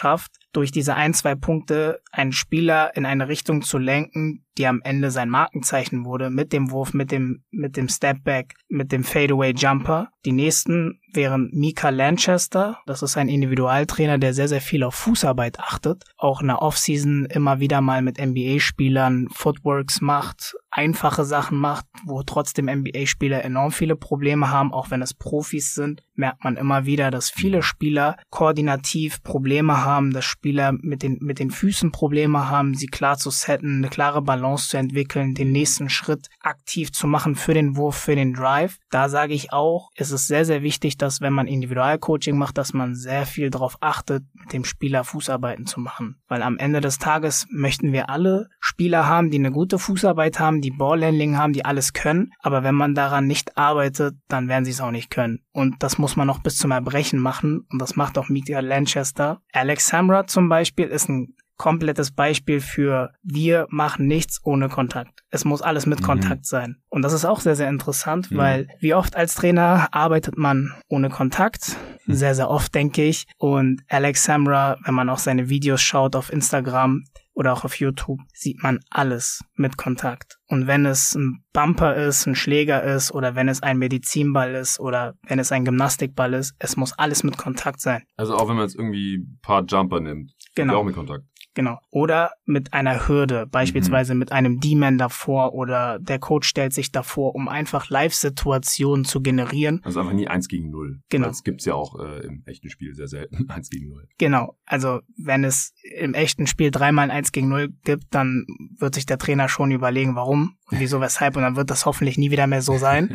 durch diese 1-2 Punkte einen Spieler in eine Richtung zu lenken, die am Ende sein Markenzeichen wurde, mit dem Wurf, mit dem Stepback, mit dem Fadeaway Jumper. Die nächsten wären Mika Lanchester. Das ist ein Individualtrainer, der sehr, sehr viel auf Fußarbeit achtet. Auch in der Offseason immer wieder mal mit NBA-Spielern Footworks macht, einfache Sachen macht, wo trotzdem NBA-Spieler enorm viele Probleme haben. Auch wenn es Profis sind, merkt man immer wieder, dass viele Spieler koordinativ Probleme haben, dass Spieler mit den Füßen Probleme haben, sie klar zu setten, eine klare Balance zu entwickeln, den nächsten Schritt aktiv zu machen für den Wurf, für den Drive. Da sage ich auch, es ist sehr, sehr wichtig, dass wenn man Individualcoaching macht, dass man sehr viel darauf achtet, mit dem Spieler Fußarbeiten zu machen. Weil am Ende des Tages möchten wir alle Spieler haben, die eine gute Fußarbeit haben, die Ballhandling haben, die alles können. Aber wenn man daran nicht arbeitet, dann werden sie es auch nicht können. Und das muss man noch bis zum Erbrechen machen. Und das macht auch Mika Lanchester. Alex Samra zum Beispiel ist ein komplettes Beispiel für wir machen nichts ohne Kontakt. Es muss alles mit Kontakt sein. Und das ist auch sehr, sehr interessant, weil wie oft als Trainer arbeitet man ohne Kontakt? Sehr, sehr oft, denke ich. Und Alex Samra, wenn man auch seine Videos schaut auf Instagram oder auch auf YouTube, sieht man alles mit Kontakt. Und wenn es ein Bumper ist, ein Schläger ist oder wenn es ein Medizinball ist oder wenn es ein Gymnastikball ist, es muss alles mit Kontakt sein. Also auch wenn man jetzt irgendwie ein paar Jumper nimmt, genau. Auch mit Kontakt. Genau. Oder mit einer Hürde, beispielsweise mit einem D-Man davor oder der Coach stellt sich davor, um einfach Live-Situationen zu generieren. Also einfach nie 1 gegen 0. Genau. Das gibt's ja auch im echten Spiel sehr selten, 1 gegen 0. Genau. Also wenn es im echten Spiel 3-mal 1 gegen 0 gibt, dann wird sich der Trainer schon überlegen, warum und wieso, weshalb und dann wird das hoffentlich nie wieder mehr so sein.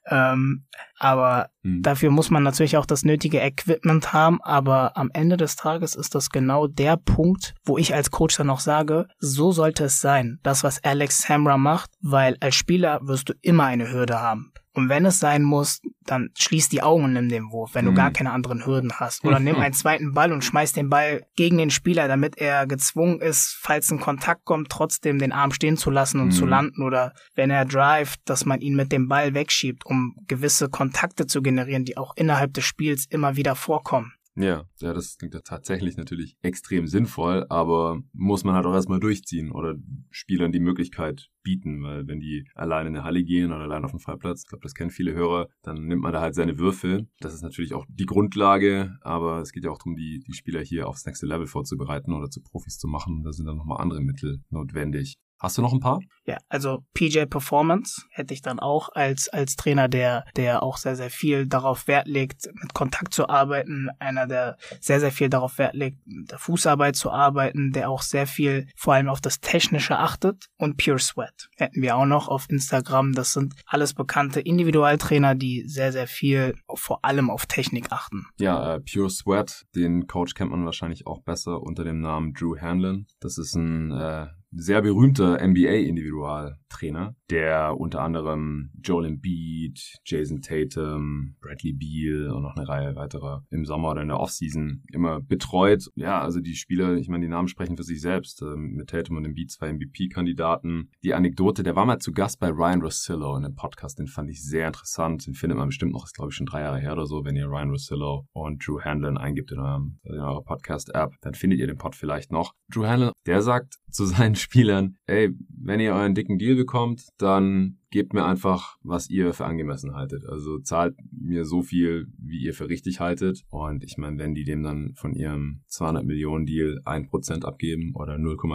Aber dafür muss man natürlich auch das nötige Equipment haben, aber am Ende des Tages ist das genau der Punkt, wo ich als Coach dann auch sage, so sollte es sein, das was Alex Samra macht, weil als Spieler wirst du immer eine Hürde haben. Und wenn es sein muss, dann schließ die Augen und nimm den Wurf, wenn du gar keine anderen Hürden hast. Oder nimm einen zweiten Ball und schmeiß den Ball gegen den Spieler, damit er gezwungen ist, falls ein Kontakt kommt, trotzdem den Arm stehen zu lassen und zu landen. Oder wenn er drived, dass man ihn mit dem Ball wegschiebt, um gewisse Kontakte zu generieren, die auch innerhalb des Spiels immer wieder vorkommen. Ja, das klingt ja tatsächlich natürlich extrem sinnvoll, aber muss man halt auch erstmal durchziehen oder Spielern die Möglichkeit bieten, weil wenn die alleine in eine Halle gehen oder allein auf dem Freiplatz, ich glaube, das kennen viele Hörer, dann nimmt man da halt seine Würfe. Das ist natürlich auch die Grundlage, aber es geht ja auch darum, die Spieler hier aufs nächste Level vorzubereiten oder zu Profis zu machen. Da sind dann nochmal andere Mittel notwendig. Hast du noch ein paar? Ja, also PJ Performance hätte ich dann auch als Trainer, der auch sehr, sehr viel darauf Wert legt, mit Kontakt zu arbeiten. Einer, der sehr, sehr viel darauf Wert legt, mit der Fußarbeit zu arbeiten, der auch sehr viel vor allem auf das Technische achtet. Und Pure Sweat hätten wir auch noch auf Instagram. Das sind alles bekannte Individualtrainer, die sehr, sehr viel vor allem auf Technik achten. Ja, Pure Sweat, den Coach kennt man wahrscheinlich auch besser unter dem Namen Drew Hanlon. Das ist ein sehr berühmter NBA-Individualtrainer, der unter anderem Joel Embiid, Jason Tatum, Bradley Beal und noch eine Reihe weiterer im Sommer oder in der Offseason immer betreut. Ja, also die Spieler, ich meine, die Namen sprechen für sich selbst. Mit Tatum und Embiid 2 MVP-Kandidaten. Die Anekdote, der war mal zu Gast bei Ryan Russillo in einem Podcast, den fand ich sehr interessant. Den findet man bestimmt noch, ist glaube ich schon 3 Jahre her oder so, wenn ihr Ryan Russillo und Drew Hanlon eingibt in eurer Podcast-App, dann findet ihr den Pod vielleicht noch. Drew Hanlon, der sagt zu seinen Spielern, ey, wenn ihr euren dicken Deal bekommt, dann gebt mir einfach, was ihr für angemessen haltet. Also zahlt mir so viel, wie ihr für richtig haltet. Und ich meine, wenn die dem dann von ihrem 200 Millionen Deal 1% abgeben oder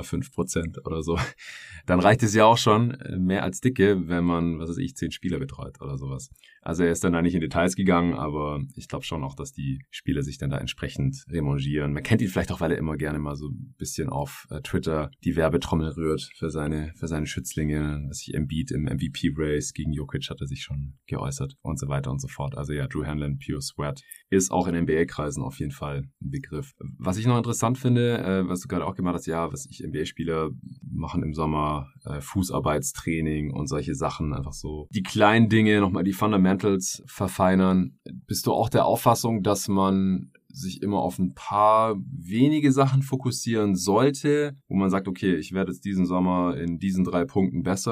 0,5% oder so, dann reicht es ja auch schon mehr als dicke, wenn man, 10 Spieler betreut oder sowas. Also er ist dann da nicht in Details gegangen, aber ich glaube schon auch, dass die Spieler sich dann da entsprechend revanchieren. Man kennt ihn vielleicht auch, weil er immer gerne mal so ein bisschen auf Twitter die Werbetrommel rührt für seine Schützlinge. Was ich Embiid im MVP-Race gegen Jokic hat er sich schon geäußert und so weiter und so fort. Also ja, Drew Hanlon, Pure Sweat ist auch in NBA-Kreisen auf jeden Fall ein Begriff. Was ich noch interessant finde, was du gerade auch gemacht hast, ja, was ich NBA-Spieler machen im Sommer, Fußarbeitstraining und solche Sachen, einfach so die kleinen Dinge, nochmal die Fundamentals verfeinern. Bist du auch der Auffassung, dass man sich immer auf ein paar wenige Sachen fokussieren sollte, wo man sagt, okay, ich werde jetzt diesen Sommer in diesen 3 Punkten besser?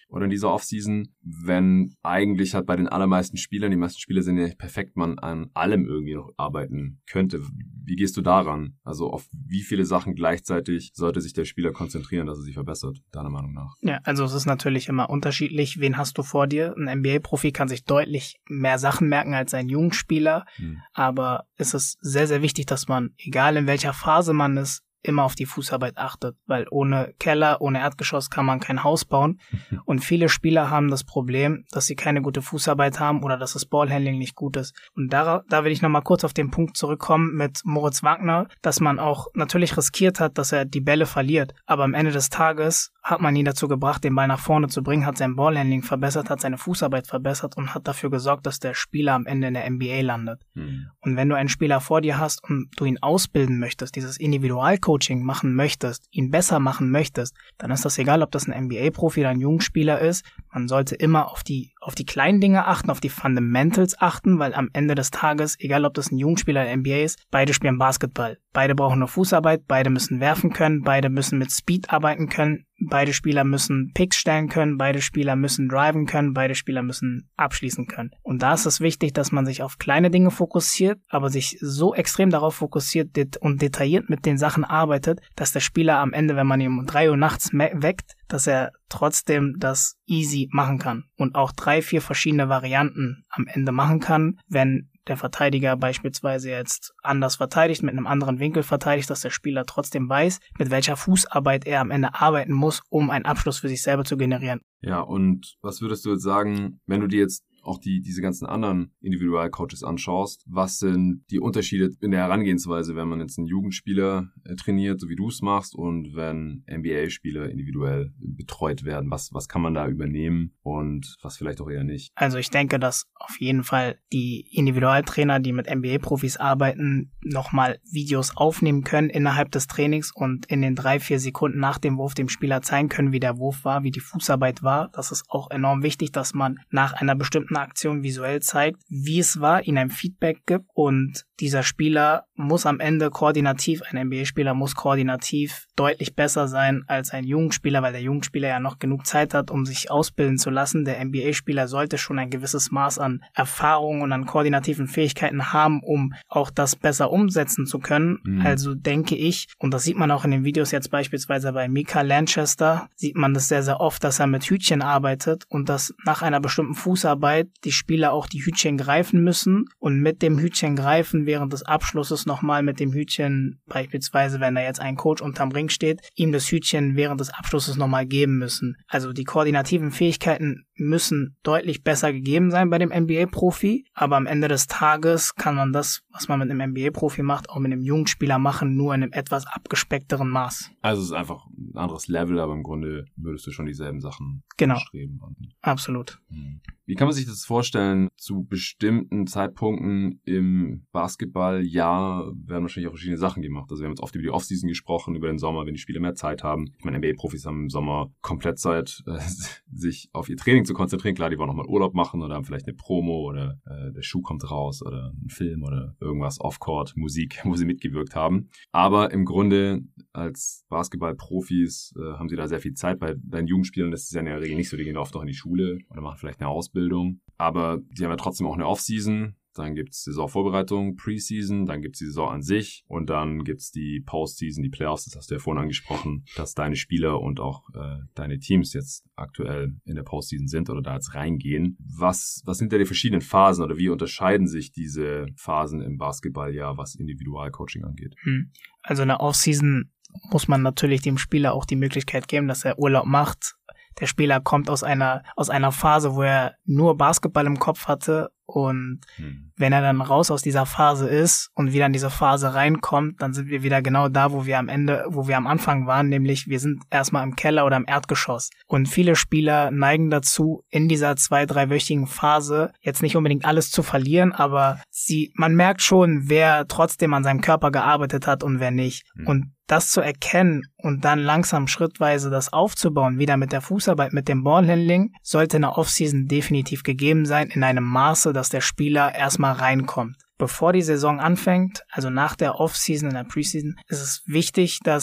oder in dieser Offseason, wenn eigentlich halt bei den allermeisten Spielern, die meisten Spieler sind ja nicht perfekt, man an allem irgendwie noch arbeiten könnte. Wie gehst du daran? Also auf wie viele Sachen gleichzeitig sollte sich der Spieler konzentrieren, dass er sich verbessert, deiner Meinung nach? Ja, also es ist natürlich immer unterschiedlich. Wen hast du vor dir? Ein NBA-Profi kann sich deutlich mehr Sachen merken als ein Jugendspieler, aber es ist sehr, sehr wichtig, dass man, egal in welcher Phase man ist, immer auf die Fußarbeit achtet, weil ohne Keller, ohne Erdgeschoss kann man kein Haus bauen und viele Spieler haben das Problem, dass sie keine gute Fußarbeit haben oder dass das Ballhandling nicht gut ist. Und da will ich nochmal kurz auf den Punkt zurückkommen mit Moritz Wagner, dass man auch natürlich riskiert hat, dass er die Bälle verliert, aber am Ende des Tages hat man ihn dazu gebracht, den Ball nach vorne zu bringen, hat sein Ballhandling verbessert, hat seine Fußarbeit verbessert und hat dafür gesorgt, dass der Spieler am Ende in der NBA landet. Und wenn du einen Spieler vor dir hast und du ihn ausbilden möchtest, dieses Individualcoaching machen möchtest, ihn besser machen möchtest, dann ist das egal, ob das ein NBA-Profi oder ein Jugendspieler ist. Man sollte immer auf die kleinen Dinge achten, auf die Fundamentals achten, weil am Ende des Tages, egal ob das ein Jugendspieler oder ein NBA ist, beide spielen Basketball. Beide brauchen eine Fußarbeit, beide müssen werfen können, beide müssen mit Speed arbeiten können, beide Spieler müssen Picks stellen können, beide Spieler müssen driven können, beide Spieler müssen abschließen können. Und da ist es wichtig, dass man sich auf kleine Dinge fokussiert, aber sich so extrem darauf fokussiert und detailliert mit den Sachen arbeitet, dass der Spieler am Ende, wenn man ihn um 3 Uhr nachts weckt, dass er trotzdem das easy machen kann und auch 3, 4 verschiedene Varianten am Ende machen kann, wenn der Verteidiger beispielsweise jetzt anders verteidigt, mit einem anderen Winkel verteidigt, dass der Spieler trotzdem weiß, mit welcher Fußarbeit er am Ende arbeiten muss, um einen Abschluss für sich selber zu generieren. Ja, und was würdest du jetzt sagen, wenn du dir jetzt auch diese ganzen anderen Individualcoaches anschaust, was sind die Unterschiede in der Herangehensweise, wenn man jetzt einen Jugendspieler trainiert, so wie du es machst, und wenn NBA-Spieler individuell betreut werden? Was kann man da übernehmen und was vielleicht auch eher nicht? Also ich denke, dass auf jeden Fall die Individualtrainer, die mit NBA-Profis arbeiten, nochmal Videos aufnehmen können innerhalb des Trainings und in den 3, 4 Sekunden nach dem Wurf dem Spieler zeigen können, wie der Wurf war, wie die Fußarbeit war. Das ist auch enorm wichtig, dass man nach einer bestimmten Aktion visuell zeigt, wie es war, ihnen ein Feedback gibt und dieser Spieler muss am Ende koordinativ, ein NBA-Spieler muss koordinativ deutlich besser sein als ein Jugendspieler, weil der Jugendspieler ja noch genug Zeit hat, um sich ausbilden zu lassen. Der NBA-Spieler sollte schon ein gewisses Maß an Erfahrung und an koordinativen Fähigkeiten haben, um auch das besser umsetzen zu können. Also denke ich, und das sieht man auch in den Videos jetzt beispielsweise bei Mika Lanchester, sieht man das sehr, sehr oft, dass er mit Hütchen arbeitet und dass nach einer bestimmten Fußarbeit die Spieler auch die Hütchen greifen müssen und mit dem Hütchen greifen während des Abschlusses nochmal mit dem Hütchen, beispielsweise wenn da jetzt ein Coach unterm Ring steht, ihm das Hütchen während des Abschlusses nochmal geben müssen. Also die koordinativen Fähigkeiten müssen deutlich besser gegeben sein bei dem NBA-Profi, aber am Ende des Tages kann man das, was man mit einem NBA-Profi macht, auch mit einem Jugendspieler machen, nur in einem etwas abgespeckteren Maß. Also es ist einfach ein anderes Level, aber im Grunde würdest du schon dieselben Sachen streben. Absolut. Wie kann man sich das vorstellen? Zu bestimmten Zeitpunkten im Basketballjahr werden wahrscheinlich auch verschiedene Sachen gemacht. Also wir haben jetzt oft über die Offseason gesprochen, über den Sommer, wenn die Spieler mehr Zeit haben. Ich meine, NBA-Profis haben im Sommer komplett Zeit, sich auf ihr Training zu konzentrieren. Klar, die wollen nochmal Urlaub machen oder haben vielleicht eine Promo oder der Schuh kommt raus oder ein Film oder irgendwas Off-Court, Musik, wo sie mitgewirkt haben. Aber im Grunde als Basketballprofis haben sie da sehr viel Zeit. Bei deinen Jugendspielern das ist ja in der Regel nicht so, die gehen oft noch in die Schule oder machen vielleicht eine Ausbildung. Aber die haben ja trotzdem auch eine Offseason. Dann gibt's Saisonvorbereitung, Preseason, dann gibt's die Saison an sich und dann gibt's die Postseason, die Playoffs, das hast du ja vorhin angesprochen, dass deine Spieler und auch deine Teams jetzt aktuell in der Postseason sind oder da jetzt reingehen. Was sind da die verschiedenen Phasen oder wie unterscheiden sich diese Phasen im Basketballjahr, was Individualcoaching angeht? Also in der Offseason muss man natürlich dem Spieler auch die Möglichkeit geben, dass er Urlaub macht. Der Spieler kommt aus einer Phase, wo er nur Basketball im Kopf hatte und wenn er dann raus aus dieser Phase ist und wieder in diese Phase reinkommt, dann sind wir wieder genau da, wo wir am Anfang waren, nämlich wir sind erstmal im Keller oder im Erdgeschoss. Und viele Spieler neigen dazu, in dieser 2-3-wöchigen Phase jetzt nicht unbedingt alles zu verlieren, aber man merkt schon, wer trotzdem an seinem Körper gearbeitet hat und wer nicht. Und das zu erkennen und dann langsam schrittweise das aufzubauen, wieder mit der Fußarbeit, mit dem Ballhandling, sollte in der Offseason definitiv gegeben sein, in einem Maße, dass der Spieler erstmal reinkommt. Bevor die Saison anfängt, also nach der Offseason, in der Preseason, ist es wichtig, dass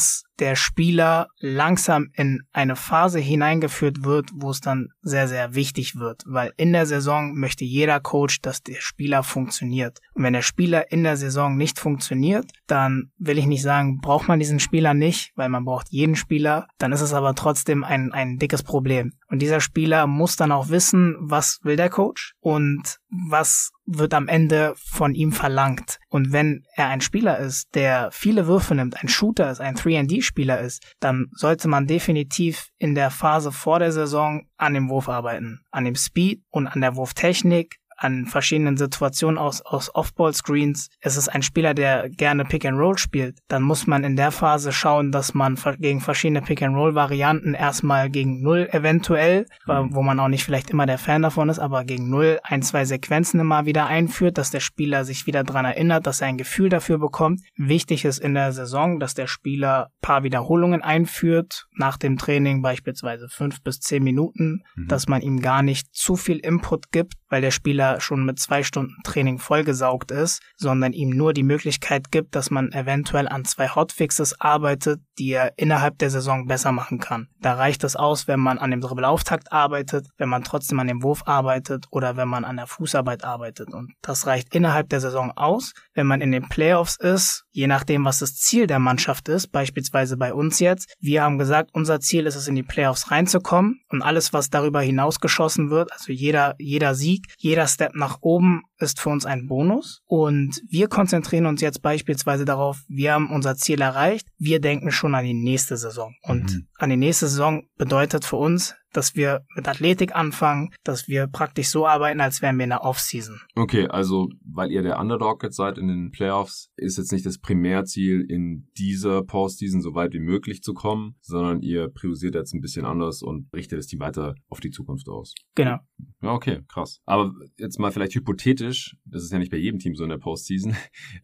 der Spieler langsam in eine Phase hineingeführt wird, wo es dann sehr, sehr wichtig wird. Weil in der Saison möchte jeder Coach, dass der Spieler funktioniert. Und wenn der Spieler in der Saison nicht funktioniert, dann will ich nicht sagen, braucht man diesen Spieler nicht, weil man braucht jeden Spieler. Dann ist es aber trotzdem ein dickes Problem. Und dieser Spieler muss dann auch wissen, was will der Coach und was wird am Ende von ihm verlangt. Und wenn er ein Spieler ist, der viele Würfe nimmt, ein Shooter ist, ein 3&D-Spieler ist, dann sollte man definitiv in der Phase vor der Saison an dem Wurf arbeiten, an dem Speed und an der Wurftechnik, an verschiedenen Situationen aus Off-Ball-Screens. Es ist ein Spieler, der gerne Pick-and-Roll spielt. Dann muss man in der Phase schauen, dass man gegen verschiedene Pick-and-Roll-Varianten erstmal gegen 0 eventuell, wo man auch nicht vielleicht immer der Fan davon ist, aber gegen 0 2 Sequenzen immer wieder einführt, dass der Spieler sich wieder dran erinnert, dass er ein Gefühl dafür bekommt. Wichtig ist in der Saison, dass der Spieler ein paar Wiederholungen einführt, nach dem Training beispielsweise 5 bis 10 Minuten, dass man ihm gar nicht zu viel Input gibt, weil der Spieler schon mit 2 Stunden Training vollgesaugt ist, sondern ihm nur die Möglichkeit gibt, dass man eventuell an 2 Hotfixes arbeitet, die er innerhalb der Saison besser machen kann. Da reicht es aus, wenn man an dem Dribbelauftakt arbeitet, wenn man trotzdem an dem Wurf arbeitet oder wenn man an der Fußarbeit arbeitet. Und das reicht innerhalb der Saison aus. Wenn man in den Playoffs ist, je nachdem, was das Ziel der Mannschaft ist, beispielsweise bei uns jetzt, wir haben gesagt, unser Ziel ist es, in die Playoffs reinzukommen und alles, was darüber hinaus geschossen wird, also jeder Sieg, jeder Step nach oben ist für uns ein Bonus und wir konzentrieren uns jetzt beispielsweise darauf, wir haben unser Ziel erreicht, wir denken schon an die nächste Saison und an die nächste Saison bedeutet für uns, dass wir mit Athletik anfangen, dass wir praktisch so arbeiten, als wären wir in der Offseason. Okay, also weil ihr der Underdog jetzt seid in den Playoffs, ist jetzt nicht das Primärziel, in dieser Postseason so weit wie möglich zu kommen, sondern ihr priorisiert jetzt ein bisschen anders und richtet das Team weiter auf die Zukunft aus. Genau. Ja, okay, krass. Aber jetzt mal vielleicht hypothetisch, das ist ja nicht bei jedem Team so in der Postseason,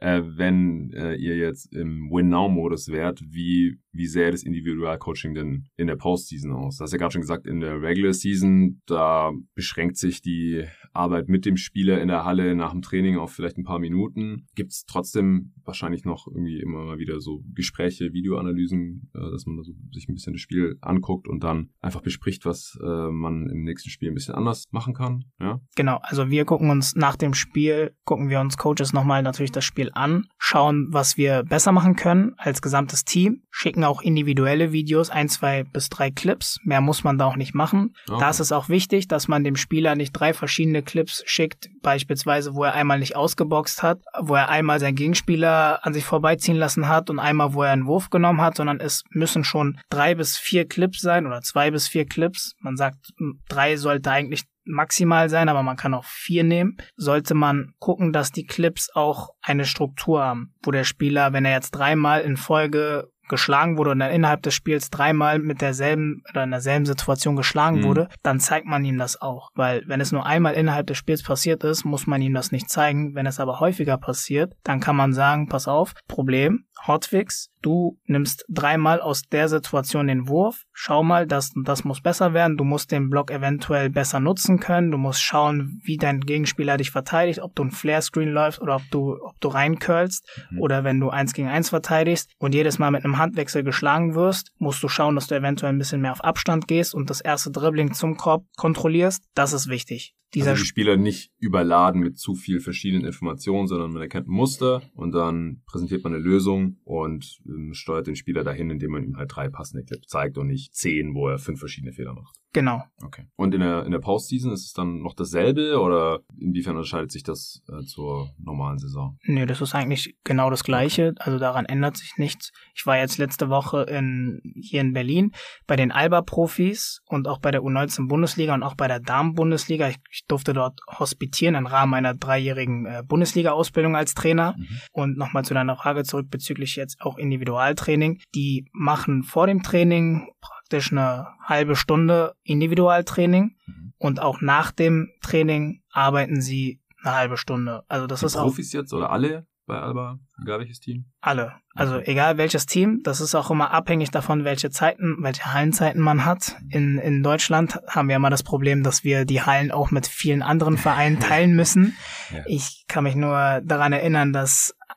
wenn ihr jetzt im Win-Now-Modus wärt, wie sähe das Individualcoaching denn in der Postseason aus? Du hast ja gerade schon gesagt, in der Regular Season, da beschränkt sich die Arbeit mit dem Spieler in der Halle nach dem Training auf vielleicht ein paar Minuten. Gibt es trotzdem wahrscheinlich noch irgendwie immer mal wieder so Gespräche, Videoanalysen, dass man da so sich ein bisschen das Spiel anguckt und dann einfach bespricht, was man im nächsten Spiel ein bisschen anders machen kann, ja? Genau, also wir gucken uns nach dem Spiel, Coaches nochmal natürlich das Spiel an, schauen, was wir besser machen können als gesamtes Team, schicken auch individuelle Videos, 1, 2 bis 3 Clips, mehr muss man da auch nicht machen. Okay. Da ist es auch wichtig, dass man dem Spieler nicht 3 verschiedene Clips schickt, beispielsweise, wo er einmal nicht ausgeboxt hat, wo er einmal seinen Gegenspieler an sich vorbeiziehen lassen hat und einmal, wo er einen Wurf genommen hat, sondern es müssen schon 3 bis 4 Clips sein oder 2 bis 4 Clips. Man sagt, 3 sollte eigentlich maximal sein, aber man kann auch 4 nehmen. Sollte man gucken, dass die Clips auch eine Struktur haben, wo der Spieler, wenn er jetzt 3-mal in Folge geschlagen wurde und dann innerhalb des Spiels 3-mal mit derselben oder in derselben Situation geschlagen wurde, dann zeigt man ihm das auch. Weil wenn es nur einmal innerhalb des Spiels passiert ist, muss man ihm das nicht zeigen. Wenn es aber häufiger passiert, dann kann man sagen, pass auf, Problem, Hotfix, du nimmst 3-mal aus der Situation den Wurf, schau mal, das muss besser werden, du musst den Block eventuell besser nutzen können, du musst schauen, wie dein Gegenspieler dich verteidigt, ob du ein Flare-Screen läufst oder ob du reincurlst oder wenn du 1 gegen 1 verteidigst und jedes Mal mit einem Handwechsel geschlagen wirst, musst du schauen, dass du eventuell ein bisschen mehr auf Abstand gehst und das erste Dribbling zum Korb kontrollierst. Das ist wichtig. Also die Spieler nicht überladen mit zu viel verschiedenen Informationen, sondern man erkennt ein Muster und dann präsentiert man eine Lösung und steuert den Spieler dahin, indem man ihm halt 3 passende Clips zeigt und nicht 10, wo er 5 verschiedene Fehler macht. Genau. Okay. Und in der Postseason ist es dann noch dasselbe oder inwiefern unterscheidet sich das zur normalen Saison? Nee, das ist eigentlich genau das Gleiche. Also daran ändert sich nichts. Ich war jetzt letzte Woche hier in Berlin bei den Alba-Profis und auch bei der U19-Bundesliga und auch bei der Damen-Bundesliga. Ich durfte dort hospitieren im Rahmen meiner 3-jährigen Bundesliga-Ausbildung als Trainer. Und nochmal zu deiner Frage zurück bezüglich jetzt auch Individualtraining. Die machen vor dem Training praktisch eine halbe Stunde Individualtraining und auch nach dem Training arbeiten sie eine halbe Stunde. Also das ist auch Profis jetzt oder alle bei Alba, egal welches Team? Alle. Also egal welches Team, das ist auch immer abhängig davon, welche Hallenzeiten man hat. In Deutschland haben wir immer das Problem, dass wir die Hallen auch mit vielen anderen Vereinen teilen müssen. Ja. Ich kann mich nur daran erinnern, dass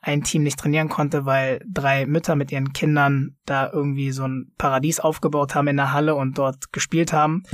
ein Team nicht trainieren konnte, weil 3 Mütter mit ihren Kindern da irgendwie so ein Paradies aufgebaut haben in der Halle und dort gespielt haben.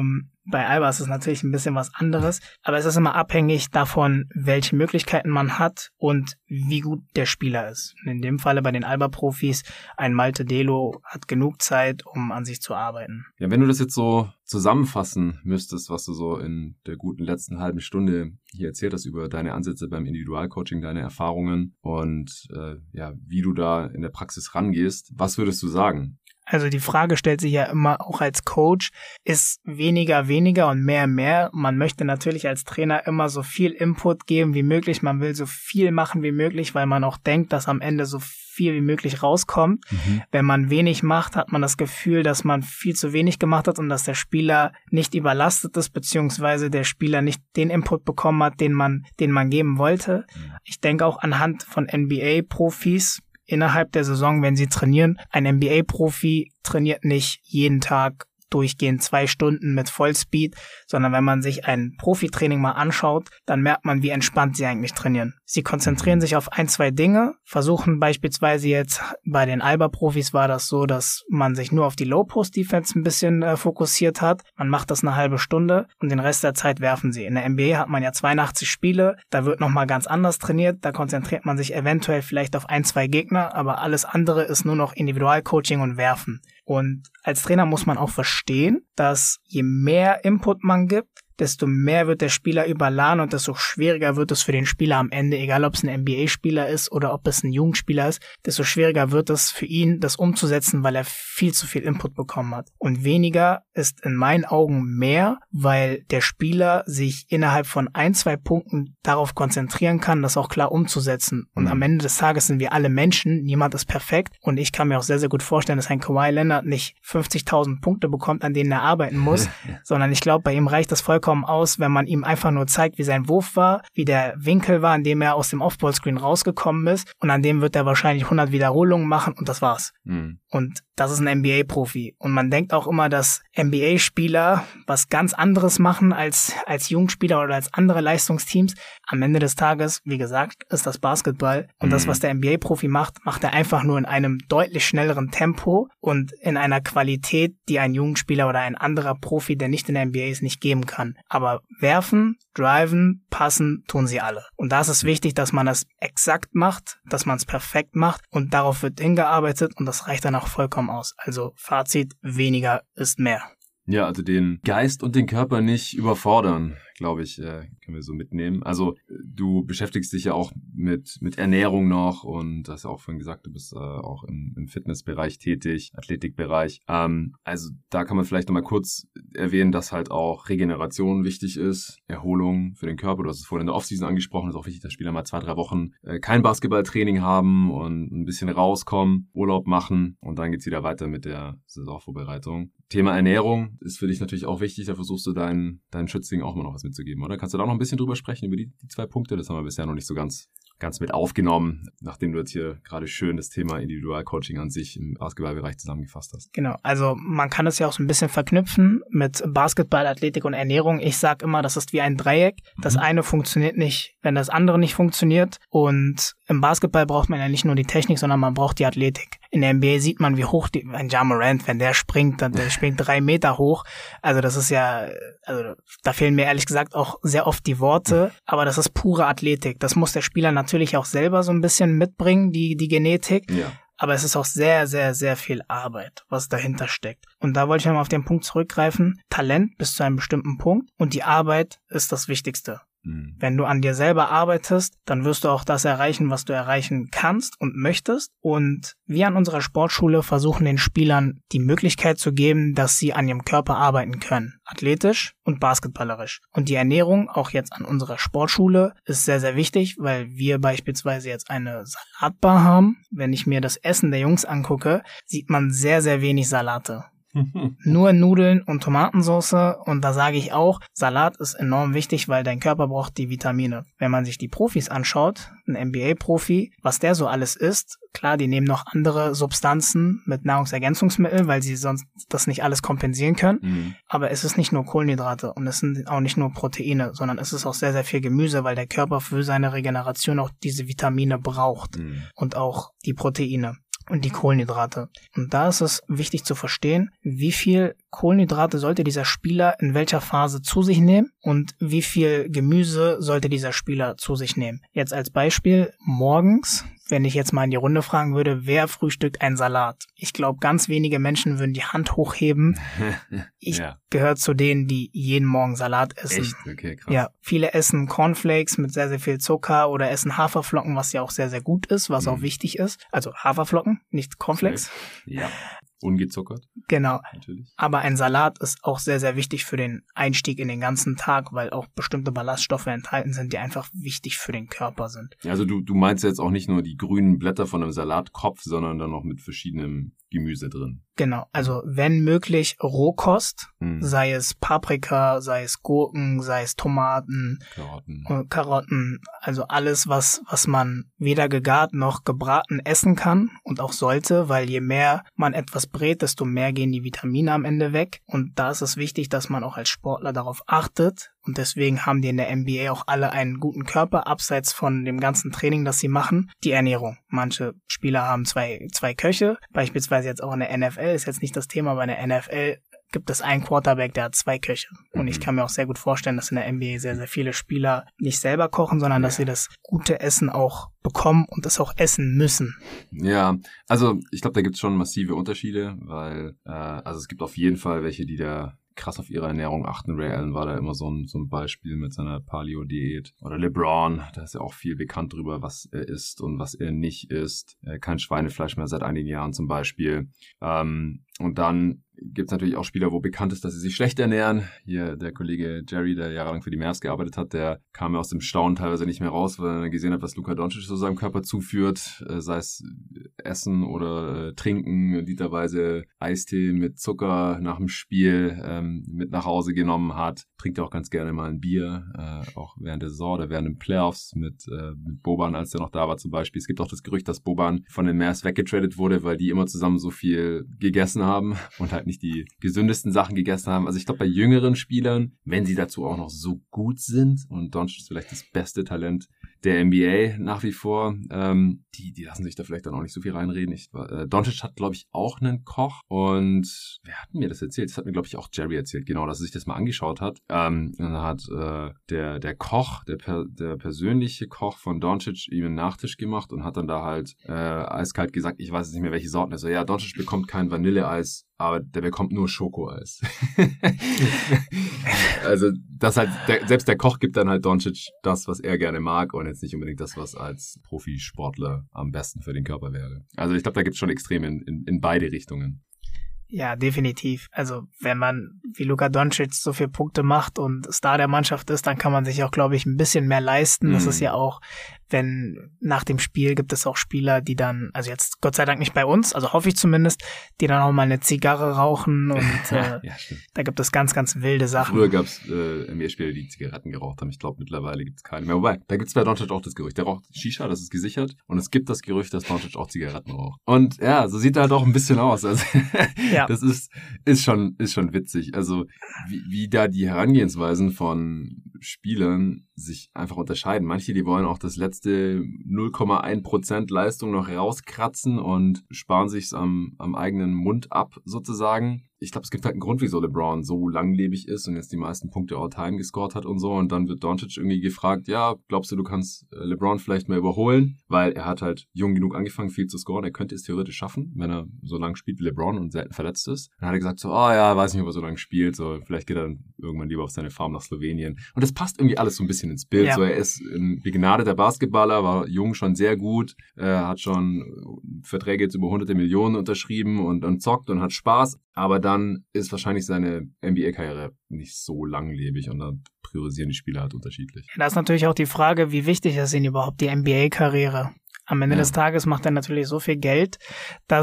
Bei Alba ist es natürlich ein bisschen was anderes, aber es ist immer abhängig davon, welche Möglichkeiten man hat und wie gut der Spieler ist. In dem Falle bei den Alba-Profis, ein Malte Delo hat genug Zeit, um an sich zu arbeiten. Ja, wenn du das jetzt so zusammenfassen müsstest, was du so in der guten letzten halben Stunde hier erzählt hast über deine Ansätze beim Individualcoaching, deine Erfahrungen und wie du da in der Praxis rangehst, was würdest du sagen? Also die Frage stellt sich ja immer auch als Coach, ist weniger und mehr? Man möchte natürlich als Trainer immer so viel Input geben wie möglich. Man will so viel machen wie möglich, weil man auch denkt, dass am Ende so viel wie möglich rauskommt. Wenn man wenig macht, hat man das Gefühl, dass man viel zu wenig gemacht hat und dass der Spieler nicht überlastet ist, beziehungsweise der Spieler nicht den Input bekommen hat, den man geben wollte. Ich denke auch anhand von NBA-Profis, innerhalb der Saison, wenn sie trainieren. Ein NBA-Profi trainiert nicht jeden Tag durchgehend 2 Stunden mit Vollspeed, sondern wenn man sich ein Profitraining mal anschaut, dann merkt man, wie entspannt sie eigentlich trainieren. Sie konzentrieren sich auf 1, 2 Dinge, versuchen beispielsweise jetzt, bei den Alba-Profis war das so, dass man sich nur auf die Low-Post-Defense ein bisschen fokussiert hat. Man macht das eine halbe Stunde und den Rest der Zeit werfen sie. In der NBA hat man ja 82 Spiele, da wird nochmal ganz anders trainiert, da konzentriert man sich eventuell vielleicht auf 1, 2 Gegner, aber alles andere ist nur noch Individualcoaching und Werfen. Und als Trainer muss man auch verstehen, dass je mehr Input man gibt, desto mehr wird der Spieler überladen und desto schwieriger wird es für den Spieler am Ende, egal ob es ein NBA-Spieler ist oder ob es ein Jugendspieler ist, desto schwieriger wird es für ihn, das umzusetzen, weil er viel zu viel Input bekommen hat. Und weniger ist in meinen Augen mehr, weil der Spieler sich innerhalb von 1, 2 Punkten darauf konzentrieren kann, das auch klar umzusetzen. Und am Ende des Tages sind wir alle Menschen, niemand ist perfekt und ich kann mir auch sehr, sehr gut vorstellen, dass ein Kawhi Leonard nicht 50.000 Punkte bekommt, an denen er arbeiten muss, sondern ich glaube, bei ihm reicht das vollkommen aus, wenn man ihm einfach nur zeigt, wie sein Wurf war, wie der Winkel war, an dem er aus dem Off-Ball-Screen rausgekommen ist und an dem wird er wahrscheinlich 100 Wiederholungen machen und das war's. Und das ist ein NBA-Profi. Und man denkt auch immer, dass NBA-Spieler was ganz anderes machen als Jugendspieler oder als andere Leistungsteams. Am Ende des Tages, wie gesagt, ist das Basketball. Und das, was der NBA-Profi macht, macht er einfach nur in einem deutlich schnelleren Tempo und in einer Qualität, die ein Jugendspieler oder ein anderer Profi, der nicht in der NBA ist, nicht geben kann. Aber werfen, driven, passen, tun sie alle. Und da ist es wichtig, dass man das exakt macht, dass man es perfekt macht und darauf wird hingearbeitet und das reicht dann auch vollkommen aus. Also Fazit, weniger ist mehr. Ja, also den Geist und den Körper nicht überfordern, glaube ich, können wir so mitnehmen. Also du beschäftigst dich ja auch mit Ernährung noch und hast ja auch vorhin gesagt, du bist auch im Fitnessbereich tätig, Athletikbereich. Also da kann man vielleicht nochmal kurz erwähnen, dass halt auch Regeneration wichtig ist, Erholung für den Körper. Du hast es vorhin in der Offseason angesprochen, ist auch wichtig, dass Spieler mal 2-3 Wochen kein Basketballtraining haben und ein bisschen rauskommen, Urlaub machen und dann geht's wieder weiter mit der Saisonvorbereitung. Thema Ernährung ist für dich natürlich auch wichtig, da versuchst du deinen Schützlingen auch mal noch was mitzugeben, oder? Kannst du da noch ein bisschen drüber sprechen, über die 2 Punkte? Das haben wir bisher noch nicht so ganz mit aufgenommen, nachdem du jetzt hier gerade schön das Thema Individualcoaching an sich im Basketballbereich zusammengefasst hast. Genau, also man kann es ja auch so ein bisschen verknüpfen mit Basketball, Athletik und Ernährung. Ich sage immer, das ist wie ein Dreieck. Das eine funktioniert nicht, wenn das andere nicht funktioniert. Und im Basketball braucht man ja nicht nur die Technik, sondern man braucht die Athletik. In der NBA sieht man, wie hoch ein Ja Morant, wenn der springt, der springt 3 Meter hoch. Also das ist ja, also da fehlen mir ehrlich gesagt auch sehr oft die Worte. Aber das ist pure Athletik. Das muss der Spieler natürlich auch selber so ein bisschen mitbringen, die Genetik. Ja. Aber es ist auch sehr, sehr, sehr viel Arbeit, was dahinter steckt. Und da wollte ich nochmal auf den Punkt zurückgreifen. Talent bis zu einem bestimmten Punkt und die Arbeit ist das Wichtigste. Wenn du an dir selber arbeitest, dann wirst du auch das erreichen, was du erreichen kannst und möchtest. Und wir an unserer Sportschule versuchen den Spielern die Möglichkeit zu geben, dass sie an ihrem Körper arbeiten können. Athletisch und basketballerisch. Und die Ernährung, auch jetzt an unserer Sportschule, ist sehr, sehr wichtig, weil wir beispielsweise jetzt eine Salatbar haben. Wenn ich mir das Essen der Jungs angucke, sieht man sehr, sehr wenig Salate. Nur Nudeln und Tomatensauce, und da sage ich auch, Salat ist enorm wichtig, weil dein Körper braucht die Vitamine. Wenn man sich die Profis anschaut, ein NBA-Profi, was der so alles isst, klar, die nehmen noch andere Substanzen mit Nahrungsergänzungsmitteln, weil sie sonst das nicht alles kompensieren können, aber es ist nicht nur Kohlenhydrate und es sind auch nicht nur Proteine, sondern es ist auch sehr, sehr viel Gemüse, weil der Körper für seine Regeneration auch diese Vitamine braucht und auch die Proteine und die Kohlenhydrate. Und da ist es wichtig zu verstehen, wie viel Kohlenhydrate sollte dieser Spieler in welcher Phase zu sich nehmen und wie viel Gemüse sollte dieser Spieler zu sich nehmen. Jetzt als Beispiel morgens, wenn ich jetzt mal in die Runde fragen würde, wer frühstückt einen Salat? Ich glaube, ganz wenige Menschen würden die Hand hochheben. Ich gehöre zu denen, die jeden Morgen Salat essen. Echt? Okay, krass. Ja, viele essen Cornflakes mit sehr, sehr viel Zucker oder essen Haferflocken, was ja auch sehr, sehr gut ist, was auch wichtig ist. Also Haferflocken, nicht Cornflakes. Ja. Ungezuckert. Genau. Natürlich. Aber ein Salat ist auch sehr, sehr wichtig für den Einstieg in den ganzen Tag, weil auch bestimmte Ballaststoffe enthalten sind, die einfach wichtig für den Körper sind. Also du meinst jetzt auch nicht nur die grünen Blätter von einem Salatkopf, sondern dann noch mit verschiedenem Gemüse drin. Genau, also wenn möglich Rohkost, sei es Paprika, sei es Gurken, sei es Tomaten, Karotten, also alles, was man weder gegart noch gebraten essen kann und auch sollte, weil je mehr man etwas brät, desto mehr gehen die Vitamine am Ende weg, und da ist es wichtig, dass man auch als Sportler darauf achtet. Und deswegen haben die in der NBA auch alle einen guten Körper, abseits von dem ganzen Training, das sie machen. Die Ernährung. Manche Spieler haben zwei Köche, beispielsweise jetzt auch in der NFL, ist jetzt nicht das Thema, aber in der NFL gibt es einen Quarterback, der hat 2 Köche. Und ich kann mir auch sehr gut vorstellen, dass in der NBA sehr, sehr viele Spieler nicht selber kochen, sondern dass sie das gute Essen auch bekommen und es auch essen müssen. Ja, also ich glaube, da gibt es schon massive Unterschiede, weil also es gibt auf jeden Fall welche, die da krass auf ihre Ernährung achten. Ray Allen war da immer so ein Beispiel mit seiner Paleo-Diät. Oder LeBron, da ist ja auch viel bekannt drüber, was er isst und was er nicht isst. Kein Schweinefleisch mehr seit einigen Jahren zum Beispiel. Und dann gibt es natürlich auch Spieler, wo bekannt ist, dass sie sich schlecht ernähren. Hier der Kollege Jerry, der jahrelang für die Mavs gearbeitet hat, der kam ja aus dem Staunen teilweise nicht mehr raus, weil er gesehen hat, was Luka Doncic so seinem Körper zuführt, sei es Essen oder Trinken, literweise Eistee mit Zucker nach dem Spiel mit nach Hause genommen hat. Trinkt auch ganz gerne mal ein Bier, auch während der Saison oder während den Playoffs mit Boban, als der noch da war zum Beispiel. Es gibt auch das Gerücht, dass Boban von den Mavs weggetradet wurde, weil die immer zusammen so viel gegessen haben und halt nicht die gesündesten Sachen gegessen haben. Also ich glaube, bei jüngeren Spielern, wenn sie dazu auch noch so gut sind, und Doncic ist vielleicht das beste Talent der NBA nach wie vor, die lassen sich da vielleicht dann auch nicht so viel reinreden. Doncic hat, glaube ich, auch einen Koch, und wer hat mir das erzählt? Das hat mir, glaube ich, auch Jerry erzählt, genau, dass er sich das mal angeschaut hat. Und dann hat der Koch, der persönliche Koch von Doncic ihm einen Nachtisch gemacht und hat dann da halt eiskalt gesagt, ich weiß jetzt nicht mehr, welche Sorten. Also ja, Doncic bekommt kein Vanilleeis, aber der bekommt nur Schokoeis. Also das halt, selbst der Koch gibt dann halt Doncic das, was er gerne mag, und jetzt nicht unbedingt das, was als Profisportler am besten für den Körper wäre. Also ich glaube, da gibt es schon Extreme in beide Richtungen. Ja, definitiv. Also wenn man wie Luka Doncic so viele Punkte macht und Star der Mannschaft ist, dann kann man sich auch, glaube ich, ein bisschen mehr leisten. Das ist ja auch, wenn nach dem Spiel gibt es auch Spieler, die dann, also jetzt Gott sei Dank nicht bei uns, also hoffe ich zumindest, die dann auch mal eine Zigarre rauchen, und ja, da gibt es ganz, ganz wilde Sachen. Früher gab es NBA-Spieler, die Zigaretten geraucht haben. Ich glaube, mittlerweile gibt es keine mehr. Wobei, da gibt es bei Doncic auch das Gerücht. Der raucht Shisha, das ist gesichert, und es gibt das Gerücht, dass Doncic auch Zigaretten raucht. Und ja, so sieht er halt auch ein bisschen aus. Also ja. Das ist schon witzig. Also wie da die Herangehensweisen von Spielern sich einfach unterscheiden. Manche, die wollen auch das letzte 0,1% Leistung noch rauskratzen und sparen sich's am eigenen Mund ab, sozusagen. Ich glaube, es gibt halt einen Grund, wieso LeBron so langlebig ist und jetzt die meisten Punkte all-time gescored hat und so. Und dann wird Doncic irgendwie gefragt, ja, glaubst du kannst LeBron vielleicht mal überholen? Weil er hat halt jung genug angefangen, viel zu scoren. Er könnte es theoretisch schaffen, wenn er so lang spielt wie LeBron und selten verletzt ist. Dann hat er gesagt so, oh ja, weiß nicht, ob er so lange spielt. So, vielleicht geht er dann irgendwann lieber auf seine Farm nach Slowenien. Und das passt irgendwie alles so ein bisschen ins Bild. Ja. So, er ist ein begnadeter Basketballer, war jung schon sehr gut, hat schon Verträge jetzt über 100 Millionen unterschrieben und zockt und hat Spaß. Aber dann ist wahrscheinlich seine NBA-Karriere nicht so langlebig, und dann priorisieren die Spieler halt unterschiedlich. Da ist natürlich auch die Frage, wie wichtig ist ihnen überhaupt die NBA-Karriere? Am Ende des Tages macht er natürlich so viel Geld, dass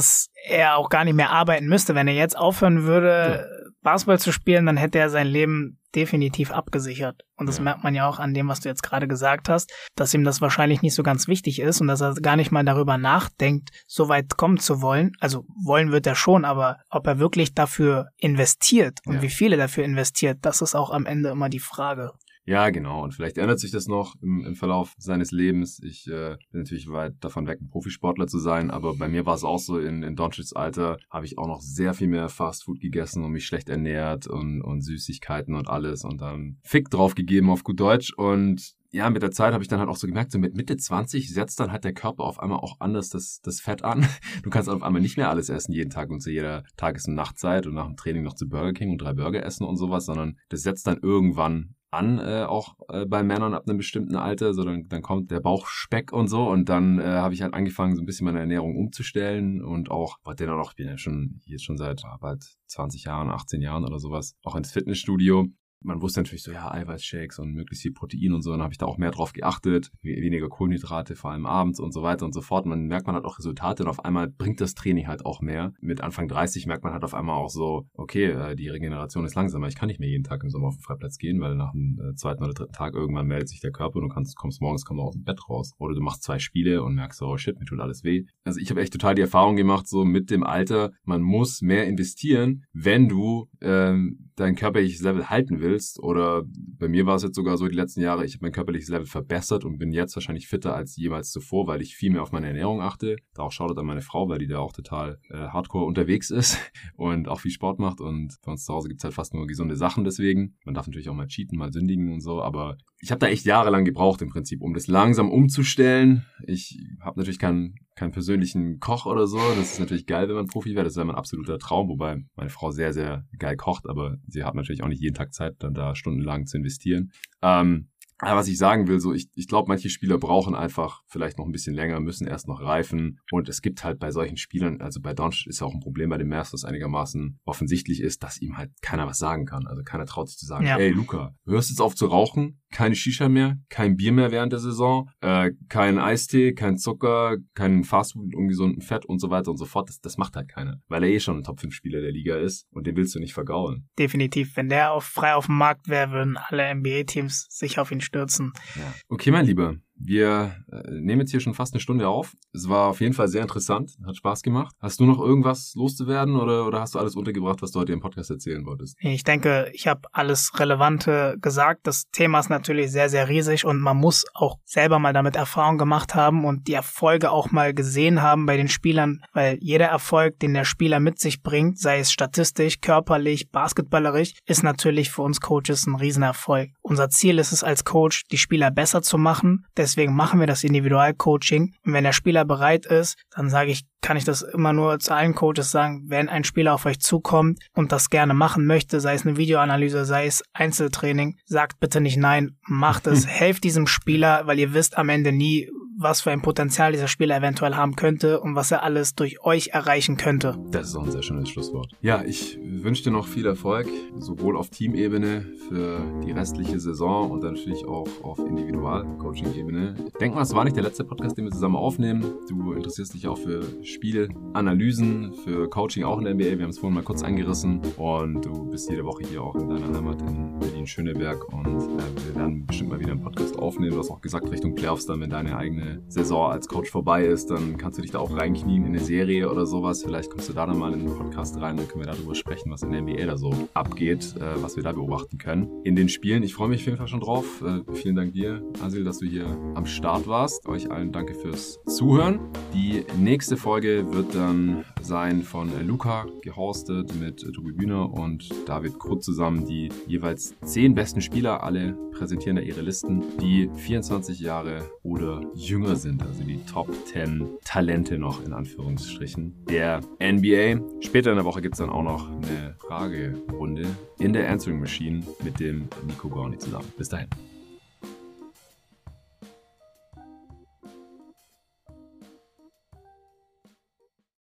er auch gar nicht mehr arbeiten müsste. Wenn er jetzt aufhören würde, Basketball zu spielen, dann hätte er sein Leben definitiv abgesichert. Und das merkt man ja auch an dem, was du jetzt gerade gesagt hast, dass ihm das wahrscheinlich nicht so ganz wichtig ist und dass er gar nicht mal darüber nachdenkt, so weit kommen zu wollen. Also wollen wird er schon, aber ob er wirklich dafür investiert und wie viel er dafür investiert, das ist auch am Ende immer die Frage. Ja, genau. Und vielleicht ändert sich das noch im Verlauf seines Lebens. Ich bin natürlich weit davon weg, ein Profisportler zu sein, aber bei mir war es auch so, in Doncic's Alter habe ich auch noch sehr viel mehr Fastfood gegessen und mich schlecht ernährt und Süßigkeiten und alles und dann Fick drauf gegeben auf gut Deutsch. Und ja, mit der Zeit habe ich dann halt auch so gemerkt, so mit Mitte 20 setzt dann halt der Körper auf einmal auch anders das Fett an. Du kannst auf einmal nicht mehr alles essen jeden Tag und zu jeder Tages- und Nachtzeit und nach dem Training noch zu Burger King und 3 Burger essen und sowas, sondern das setzt dann irgendwann an, auch bei Männern ab einem bestimmten Alter, so dann kommt der Bauchspeck und so und dann habe ich halt angefangen, so ein bisschen meine Ernährung umzustellen und auch, ich bin ja schon seit bald 20 Jahren, 18 Jahren oder sowas, auch ins Fitnessstudio. Man wusste natürlich so, ja, Eiweißshakes und möglichst viel Protein und so, dann habe ich da auch mehr drauf geachtet, weniger Kohlenhydrate, vor allem abends und so weiter und so fort. Man merkt, man hat auch Resultate und auf einmal bringt das Training halt auch mehr. Mit Anfang 30 merkt man halt auf einmal auch so, okay, die Regeneration ist langsamer. Ich kann nicht mehr jeden Tag im Sommer auf den Freiplatz gehen, weil nach dem 2. oder 3. Tag irgendwann meldet sich der Körper und du kommst morgens aus dem Bett raus. Oder du machst 2 Spiele und merkst so, oh shit, mir tut alles weh. Also ich habe echt total die Erfahrung gemacht, so mit dem Alter, man muss mehr investieren, wenn du dein körperliches Level halten willst. Oder bei mir war es jetzt sogar so die letzten Jahre, ich habe mein körperliches Level verbessert und bin jetzt wahrscheinlich fitter als jemals zuvor, weil ich viel mehr auf meine Ernährung achte. Da auch Shoutout an meine Frau, weil die da auch total hardcore unterwegs ist und auch viel Sport macht. Und bei uns zu Hause gibt es halt fast nur gesunde Sachen deswegen. Man darf natürlich auch mal cheaten, mal sündigen und so, aber ich habe da echt jahrelang gebraucht im Prinzip, um das langsam umzustellen. Ich habe natürlich keinen persönlichen Koch oder so. Das ist natürlich geil, wenn man Profi wäre. Das wäre mein absoluter Traum, wobei meine Frau sehr, sehr geil kocht, aber sie hat natürlich auch nicht jeden Tag Zeit, dann da stundenlang zu investieren. Aber was ich sagen will, so ich glaube, manche Spieler brauchen einfach vielleicht noch ein bisschen länger, müssen erst noch reifen. Und es gibt halt bei solchen Spielern, also bei Doncic ist ja auch ein Problem bei dem Masters einigermaßen offensichtlich ist, dass ihm halt keiner was sagen kann. Also keiner traut sich zu sagen, ey Luca, hörst jetzt auf zu rauchen, keine Shisha mehr, kein Bier mehr während der Saison, kein Eistee, kein Zucker, kein Fastfood mit ungesundem Fett und so weiter und so fort. Das macht halt keiner, weil er schon ein Top-5-Spieler der Liga ist und den willst du nicht vergaulen. Definitiv. Wenn der frei auf dem Markt wäre, würden alle NBA-Teams sich auf ihn stürzen. Ja. Okay, mein Lieber. Wir nehmen jetzt hier schon fast eine Stunde auf. Es war auf jeden Fall sehr interessant, hat Spaß gemacht. Hast du noch irgendwas loszuwerden oder hast du alles untergebracht, was du heute im Podcast erzählen wolltest? Ich denke, ich habe alles Relevante gesagt. Das Thema ist natürlich sehr, sehr riesig und man muss auch selber mal damit Erfahrung gemacht haben und die Erfolge auch mal gesehen haben bei den Spielern, weil jeder Erfolg, den der Spieler mit sich bringt, sei es statistisch, körperlich, basketballerisch, ist natürlich für uns Coaches ein Riesenerfolg. Unser Ziel ist es als Coach, die Spieler besser zu machen. Deswegen machen wir das Individualcoaching. Und wenn der Spieler bereit ist, dann kann ich das immer nur zu allen Coaches sagen, wenn ein Spieler auf euch zukommt und das gerne machen möchte, sei es eine Videoanalyse, sei es Einzeltraining, sagt bitte nicht nein, macht es, helft diesem Spieler, weil ihr wisst am Ende nie, was für ein Potenzial dieser Spieler eventuell haben könnte und was er alles durch euch erreichen könnte. Das ist auch ein sehr schönes Schlusswort. Ja, ich wünsche dir noch viel Erfolg, sowohl auf Teamebene für die restliche Saison und dann natürlich auch auf Individual-Coaching-Ebene. Ich denke mal, es war nicht der letzte Podcast, den wir zusammen aufnehmen. Du interessierst dich auch für Spielanalysen, für Coaching auch in der NBA. Wir haben es vorhin mal kurz angerissen und du bist jede Woche hier auch in deiner Heimat in Berlin-Schöneberg und wir werden bestimmt mal wieder einen Podcast aufnehmen. Du hast auch gesagt, Richtung Playoffs dann, wenn deine eigene Saison als Coach vorbei ist, dann kannst du dich da auch reinknien in eine Serie oder sowas. Vielleicht kommst du da dann mal in den Podcast rein, dann können wir darüber sprechen, was in der NBA da so abgeht, was wir da beobachten können in den Spielen. Ich freue mich auf jeden Fall schon drauf. Vielen Dank dir, Asil, dass du hier am Start warst. Euch allen danke fürs Zuhören. Die nächste Folge wird dann sein von Luca, gehostet mit Tobi Bühner und David Krutt zusammen, die jeweils 10 besten Spieler, alle präsentieren da ihre Listen, die 24 Jahre oder jünger sind, also die Top 10 Talente noch in Anführungsstrichen der NBA. Später in der Woche gibt es dann auch noch eine Fragerunde in der Answering Machine mit dem Nico Gorni zusammen. Bis dahin.